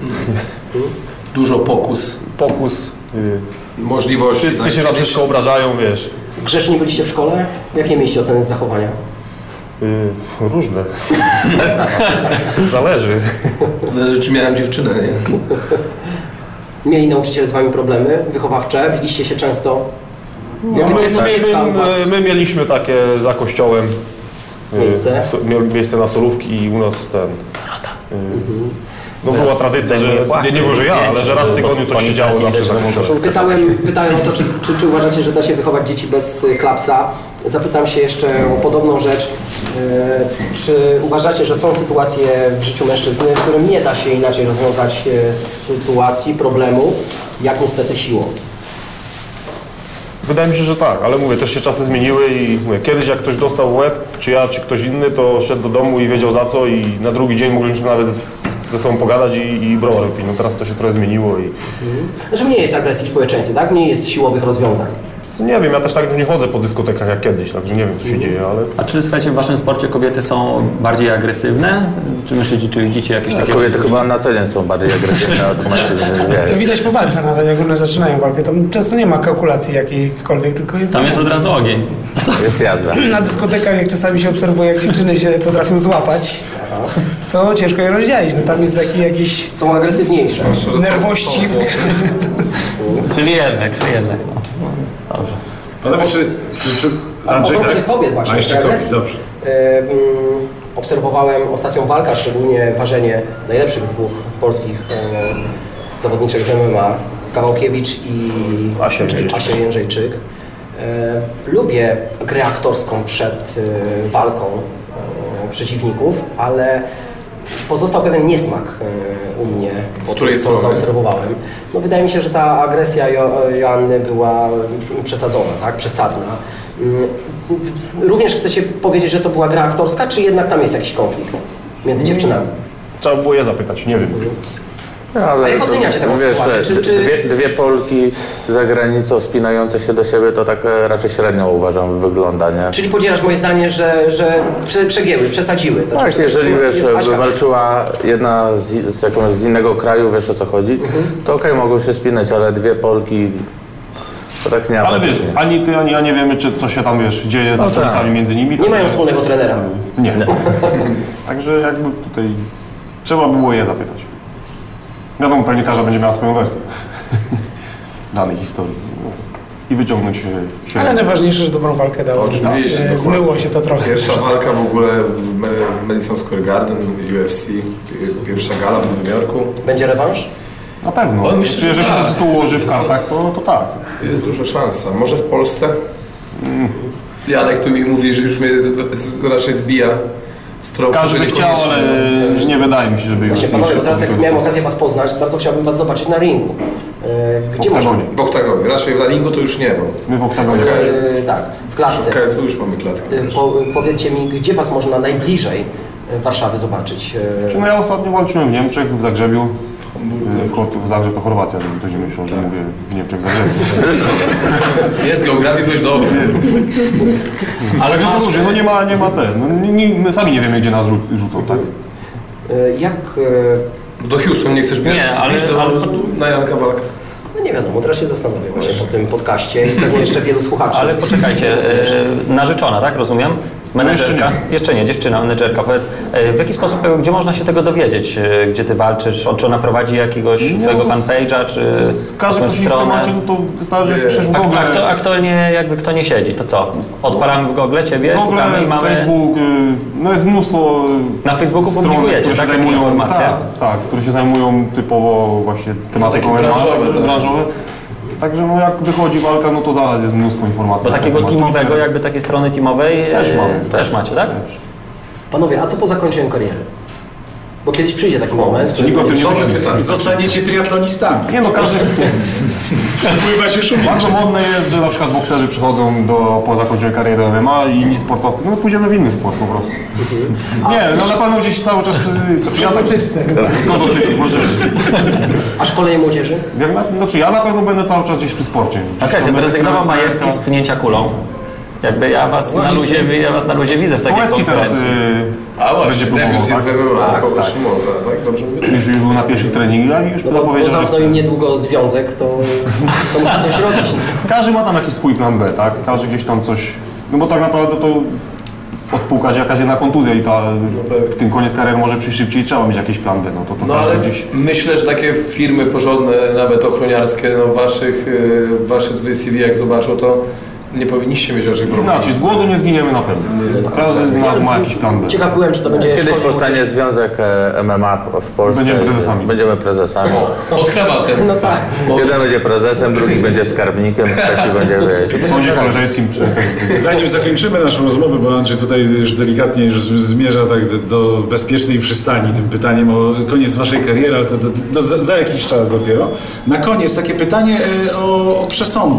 Dużo pokus, pokus, y, możliwości. wszyscy tak, się na kiedyś- wszystko obrażają, wiesz. Grzeczni byliście w szkole? Jakie mieliście oceny z zachowania? Y, różne. Zależy. Zależy, czy miałem dziewczynę, nie? Mieli nauczyciele z wami problemy wychowawcze? Widzieliście się często? No, Jakie to my, jest my, dziecka u was? my, my mieliśmy takie za kościołem y, Miejsce? so- mie- miejsce na solówki i u nas ten. y, No była tradycja, że nie, nie było, że ja, ale że raz w tygodniu coś się działo zawsze za remontem. Pytałem, pytałem o to, czy, czy, czy uważacie, że da się wychować dzieci bez y, klapsa. Zapytam się jeszcze o podobną rzecz. Y, Czy uważacie, że są sytuacje w życiu mężczyzny, w którym nie da się inaczej rozwiązać y, sytuacji, problemu, jak niestety siłą? Wydaje mi się, że tak, ale mówię, też się czasy zmieniły i mówię, kiedyś jak ktoś dostał w łeb, czy ja, czy ktoś inny, to szedł do domu i wiedział za co i na drugi dzień mogliśmy nawet z, ze sobą pogadać i, i browar wypić. No teraz to się trochę zmieniło i Że mniej jest agresji w społeczeństwie, tak? Mniej jest siłowych rozwiązań. nie wiem, ja też tak już nie chodzę po dyskotekach jak kiedyś, także nie wiem co się dzieje, ale... A czy słuchajcie, w waszym sporcie kobiety są bardziej agresywne? Czy mężczyźni, czy widzicie jakieś A takie... kobiety chyba na co dzień są bardziej agresywne od mężczyzn, To wiesz. widać po walce nawet, jak one zaczynają walkę. Tam często nie ma kalkulacji jakiejkolwiek, tylko jest... Tam jest od razu ogień. Jest jazda. Na dyskotekach, jak czasami się obserwuje, jak dziewczyny się potrafią złapać, to ciężko je rozdzielić. No tam jest taki jakiś Są agresywniejsze. nerwościsk. Czyli jednak, czyli jednak, no. Dobrze. Ale czy, czy, czy A Andrzej, propos tak? tych kobiet właśnie, A jeszcze tej kobiet, agresji. dobrze. E, mm, Obserwowałem ostatnią walkę, a szczególnie ważenie najlepszych dwóch polskich e, zawodniczek w M M A, Kawałkiewicz i Asia Jędrzejczyk. Asia Jędrzejczyk. E, lubię grę aktorską przed e, walką e, przeciwników, ale pozostał pewien niesmak e, u mnie, Z po której tym, co strony? zaobserwowałem. No, wydaje mi się, że ta agresja jo- Joanny była przesadzona, tak? Przesadna. Mm, Również chcecie powiedzieć, że to była gra aktorska, czy jednak tam jest jakiś konflikt między dziewczynami? Trzeba było je zapytać, nie wiem. Ale A jak oceniacie taką wiesz, sytuację? Czy, czy... Dwie, dwie Polki za granicą spinające się do siebie, to tak e, raczej średnio uważam wygląda, nie? Czyli podzielasz moje zdanie, że, że prze, przegięły, przesadziły. To Tak, czy- jeżeli czy- wiesz, Aśka, by walczyła jedna z, z jakąś z innego kraju, wiesz o co chodzi, Mhm. to okej, mogą się spinać, ale dwie Polki to tak nie Ale wiesz, apetycznie. ani ty, ani ja nie wiemy, czy co się tam, wiesz, dzieje za No tak. kulisami między nimi. Nie tak, mają że- wspólnego trenera. Nie. Także jakby tutaj trzeba by było je zapytać. Wiadomo, pewnie każda będzie miała swoją wersję danej historii. I wyciągnąć się. się. Ale najważniejsze, że dobrą walkę dało. Oczywiście, E, dokładnie. Zmyło się to trochę. Pierwsza walka w ogóle w Me- w Madison Square Garden, U F C, pierwsza gala w Nowym Jorku. Będzie rewanż? Na pewno. On myślę, Jeżeli że się to tak. wszystko ułoży w kartach, to, to tak. Jest duża szansa. Może w Polsce? Janek tu mi mówi, że już mnie z- z- raczej zbija z tropu, Każdy że by chciał, niekoniecznie. ale nie wydaje mi się, żeby Właśnie już panowie, bo teraz jak szybko miałem wyszło. okazję was poznać, bardzo chciałbym was zobaczyć na ringu. E, Gdzie W można? oktagonie. W oktagonie. Raczej w ringu to już nie, bo My w oktagonie. Okej. E, Tak, w w klatce. K S W już mamy klatkę. E, też. Po, powiedzcie mi, gdzie was można najbliżej e, Warszawy zobaczyć? E, Czy no ja ostatnio walczyłem w Niemczech, w Zagrzebiu. W Kot- w Zagrzeb to Chorwacja, żeby ktoś nie myślał, że mówię w Niemczech, w Zagrzebiu. Nie, z geografii byłeś dobry. Ale że to różnie, no nie ma, nie ma ten. No, nie, nie, my sami nie wiemy, gdzie nas rzu- rzucą, tak? e, Jak... e, Do Houston nie chcesz Nie, ale- bić do, ale- na Janka walkę. No nie wiadomo, teraz się zastanowię właśnie po tym podcaście i pewnie jeszcze wielu słuchaczy. Ale poczekajcie, e, narzeczona, tak? Rozumiem? Menedżerka? Jeszcze Jeszcze nie, dziewczyna, menedżerka. Powiedz, e, w jaki sposób, e, gdzie można się tego dowiedzieć? E, Gdzie ty walczysz? O, czy ona prowadzi jakiegoś swojego fanpage'a, czy Każdy, jakąś kto się w stronę? temacie, no to wystarczy Nie. przecież w A, ogóle. a, kto, a kto nie, jakby kto nie siedzi, to co? Odpalamy w Google, ciebie, w ogóle szukamy i mamy... Facebook, y, no jest mnóstwo y, Na Facebooku stron, publikujecie, które tak? się Takie zajmują, informacje? tak, tak, które się zajmują typowo właśnie tematyką takie M M A, branżowe, tak. branżowe. Także no jak wychodzi walka, no to zaraz jest mnóstwo informacji. Do na takiego temat. teamowego, jakby takiej strony teamowej Też e, mamy. Też macie, tak? Też. Panowie, a co po zakończeniu kariery? Bo kiedyś przyjdzie taki moment, że nikt o tym będziecie- nie Dobre myśli. pytanie. Zostaniecie triatlonistami. Nie no, każdy... Pływa się szumi. Bardzo modne jest, że na przykład bokserzy przychodzą do, po zakończeniu kariery M M A i inni sportowcy, no pójdziemy w inny sport po prostu. Nie, no na pewno gdzieś cały czas przy... Ja wytyczne chyba. Skąd do tych, może... A szkolenie młodzieży? Jak na, znaczy ja na pewno będę cały czas gdzieś przy sporcie. A słuchajcie, zrezygnował Majewski z pchnięcia kulą. Jakby ja was na luzie, ja was na luzie widzę w takiej Kołecki teraz konkurencji. y, A właśnie, będzie próbował, debiut jest w tak? M M A, Tak, kogoś tak. nie można, tak? Dobrze mówię? Już, już był na pierwszych treningach i już No bo, bo powiedział, że zamknął chce. im niedługo związek, to, to musi coś robić. Każdy ma tam jakiś swój plan B, tak? Każdy gdzieś tam coś... No bo tak naprawdę to odpukać jakaś jedna kontuzja i ta, pewnie. ten koniec kariery może przyjść szybciej i trzeba mieć jakiś plan B, no to, to No każdy ale gdzieś... myślę, że takie firmy porządne, nawet ochroniarskie, no waszych, y, wasze tutaj C V jak zobaczą, to nie powinniście mieć raczej problemu. Inaczej, z głodu nie zginiemy na pewno. Każdy z nas ma jakiś plan B. Ciekaw byłem, czy to będzie Kiedyś szkolenie powstanie związek e, M M A w Polsce. Będziemy i prezesami. Będziemy prezesami. Od krawatem. No tak. Jeden będzie prezesem, drugi będzie skarbnikiem, trzeci będzie, wiesz... W sądzie koleżeńskim przy... Zanim zakończymy naszą rozmowę, bo Andrzej tutaj już delikatnie już zmierza tak do, do bezpiecznej przystani tym pytaniem o koniec waszej kariery, ale to, to, to za, za jakiś czas dopiero. Na koniec takie pytanie e, o, o przesądy.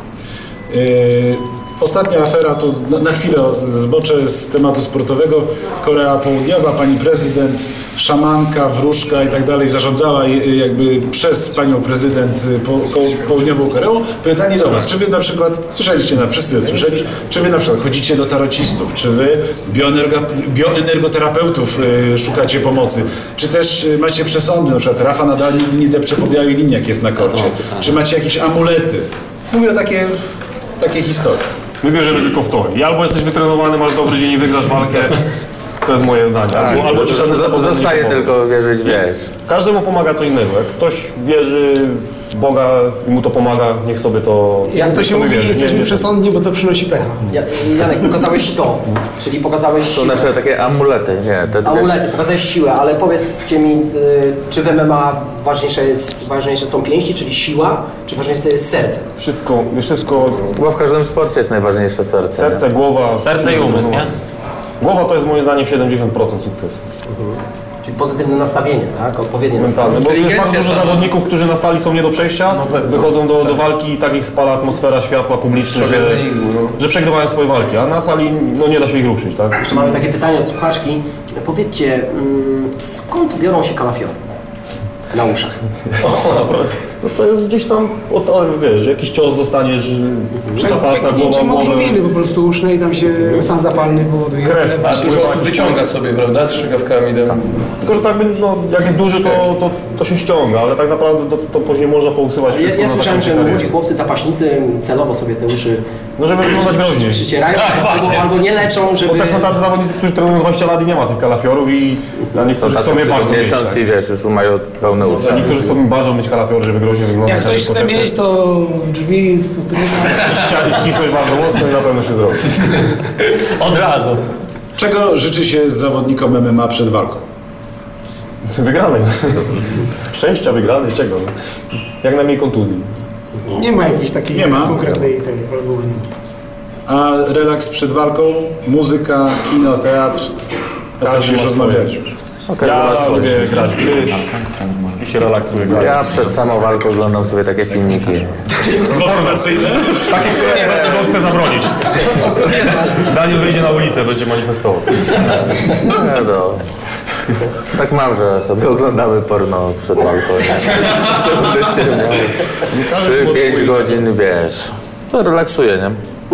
E, Ostatnia afera, to na, na chwilę zboczę z tematu sportowego. Korea Południowa, pani prezydent, szamanka, wróżka i tak dalej zarządzała je- jakby przez panią prezydent po, po, Południową Koreą. Pytanie do was, czy wy na przykład, słyszeliście, na wszyscy słyszeli, czy wy na przykład chodzicie do tarocistów, czy wy bioenergo, bioenergoterapeutów y, szukacie pomocy, czy też y, macie przesądy, na przykład Rafa Nadal nigdy nie depcze po białej linii, jak jest na korcie, czy macie jakieś amulety. Mówię o takie, takie historie. My wierzymy tylko w to. I albo jesteś wytrenowany, masz dobry dzień i wygrasz walkę. To jest moje zdanie. Albo, albo ci żaden Z- zawodnik nie Zostaje pomoże. tylko wierzyć, wiesz. Każdemu pomaga co innego. Jak ktoś wierzy w Boga i mu to pomaga, niech sobie to... Jak to niech się sobie mówi, wierzy. jesteśmy Nie, nie. przesądni, bo to przynosi pecha. Ja, Janek, pokazałeś to, czyli pokazałeś Są siłę. nasze takie amulety, nie. Te, te, Amulety, pokazałeś siłę, ale powiedzcie mi, y, czy w M M A ważniejsze, jest, ważniejsze są pięści, czyli siła, czy ważniejsze jest serce? Wszystko, wszystko, Bo w każdym sporcie jest najważniejsze serce. nie? serce, głowa... Serce i umysł, nie? Głowa to jest moim zdaniem siedemdziesiąt procent sukcesu. Czyli pozytywne nastawienie, tak? Odpowiednie Mentalne. nastawienie. Bo jest bardzo dużo sama. zawodników, którzy na sali są nie do przejścia, wychodzą do, do walki i tak ich spala atmosfera światła publiczna, Szok że, treningu, no. że przegrywają swoje walki, a na sali no, nie da się ich ruszyć, tak? Jeszcze mamy takie pytanie od słuchaczki. Powiedzcie, mm, skąd biorą się kalafiory? na uszach. No to jest gdzieś tam, od, wiesz, że jakiś cios dostaniesz przy zapasach, głowa może... mążowiny po prostu usznej, tam się stan zapalny powoduje. Krew. A dużo osób wyciąga sobie, prawda, z strzykawkami. Tak. Tylko, że tak, no, jak jest duży, to, to, to się ściąga, ale tak naprawdę to, to później można pousuwać Ja, wszystko. ja na słyszałem, takim że etapie. młodzi chłopcy zapaśnicy celowo sobie te uszy No żeby wyglądać groźniej. przycierają, Tak, albo, właśnie. albo nie leczą, żeby... Bo też są tacy zawodnicy, którzy trenują dwadzieścia lat i nie ma tych kalafiorów i a Są niektórzy tacy chcą je bardzo przez mieć. miesiąc Tak. i wiesz, już mają pełne uszy. A niektórzy chcą bardzo mieć kalafiory, żeby groźnie wyglądać. Jak ktoś chce mieć, to w drzwi, w których Ścisłość bardzo mocno i na pewno się zrobi. Od razu. Czego życzy się zawodnikom M M A przed walką? Wygranej. Szczęścia, wygranej, czego? Jak najmniej kontuzji. nie ma jakiejś takiej Nie ma. konkretnej tej reguły. A relaks przed walką? Muzyka, kino, teatr? Ostatnio już ma rozmawialiśmy. No, każdy ma Ja swoje. lubię grać w gry i się relaksuję grać. Ja przed samą walką oglądam sobie takie filmiki. Motywacyjne? Takie, które on chce zabronić. Daniel wyjdzie na ulicę, będzie manifestował. No, no. Tak mam, że sobie oglądamy porno przed walką. Co będę ściemniał? trzy pięć godzin, wiesz. To relaksuje, nie?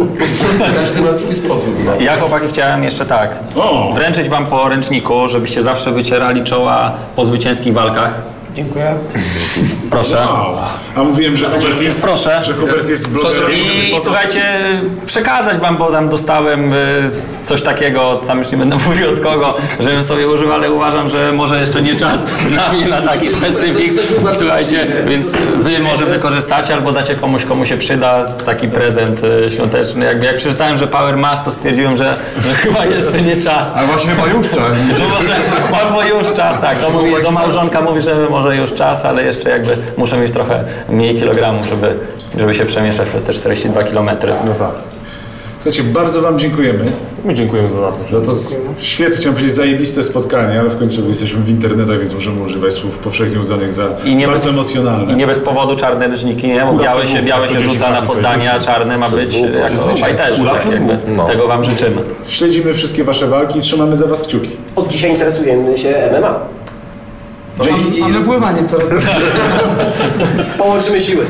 Każdy ma swój sposób. No. Ja, chłopaki, chciałem jeszcze tak O! wręczyć wam po ręczniku, żebyście zawsze wycierali czoła po zwycięskich walkach. Dziękuję. Proszę. Wow. A mówiłem, że Hubert jest, Proszę. że Hubert jest blogerem. I słuchajcie, przekazać wam, bo tam dostałem y, coś takiego, tam już nie będę mówił od kogo, żebym sobie użył, ale uważam, że może jeszcze nie czas na mnie na taki specyfik. Słuchajcie, więc wy może wykorzystacie albo dacie komuś, komu się przyda taki prezent y, świąteczny. Jakby jak przeczytałem, że Power Mass, to stwierdziłem, że, że chyba jeszcze nie czas. A właśnie chyba już czas. Że może, albo już czas, tak. To mówi, do małżonka mówi, że może już czas, ale jeszcze jakby muszę mieć trochę mniej kilogramów, żeby, żeby się przemieszczać przez te czterdzieści dwa kilometry. No tak. Słuchajcie, bardzo wam dziękujemy. My dziękujemy za zaproszenie. No to z- świetnie, chciałem powiedzieć zajebiste spotkanie, ale w końcu jesteśmy w internetach, więc możemy używać słów powszechnie uznanych za I nie bardzo bez- emocjonalne. I nie bez powodu czarne ręczniki, nie? Bo Kula białe przez się, łuk, białe to się dzieci rzuca na wszyscy poddanie, a czarne ma być jako fajterzy. Kula Tak, przez jakby. No. Tego wam życzymy. Śledzimy wszystkie wasze walki i trzymamy za was kciuki. Od dzisiaj interesujemy się M M A. Dzięki. Mamy pływanie coraz Połączymy siły.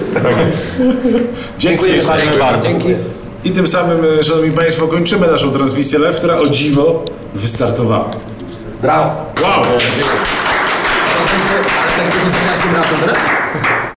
Dziękuję jeszcze. bardzo. Dziękuję bardzo. Dzięki. I tym samym, e, szanowni państwo, kończymy naszą transmisję live, która o dziwo wystartowała. Brawo. Wow! Ale tak będzie za każdym razem teraz?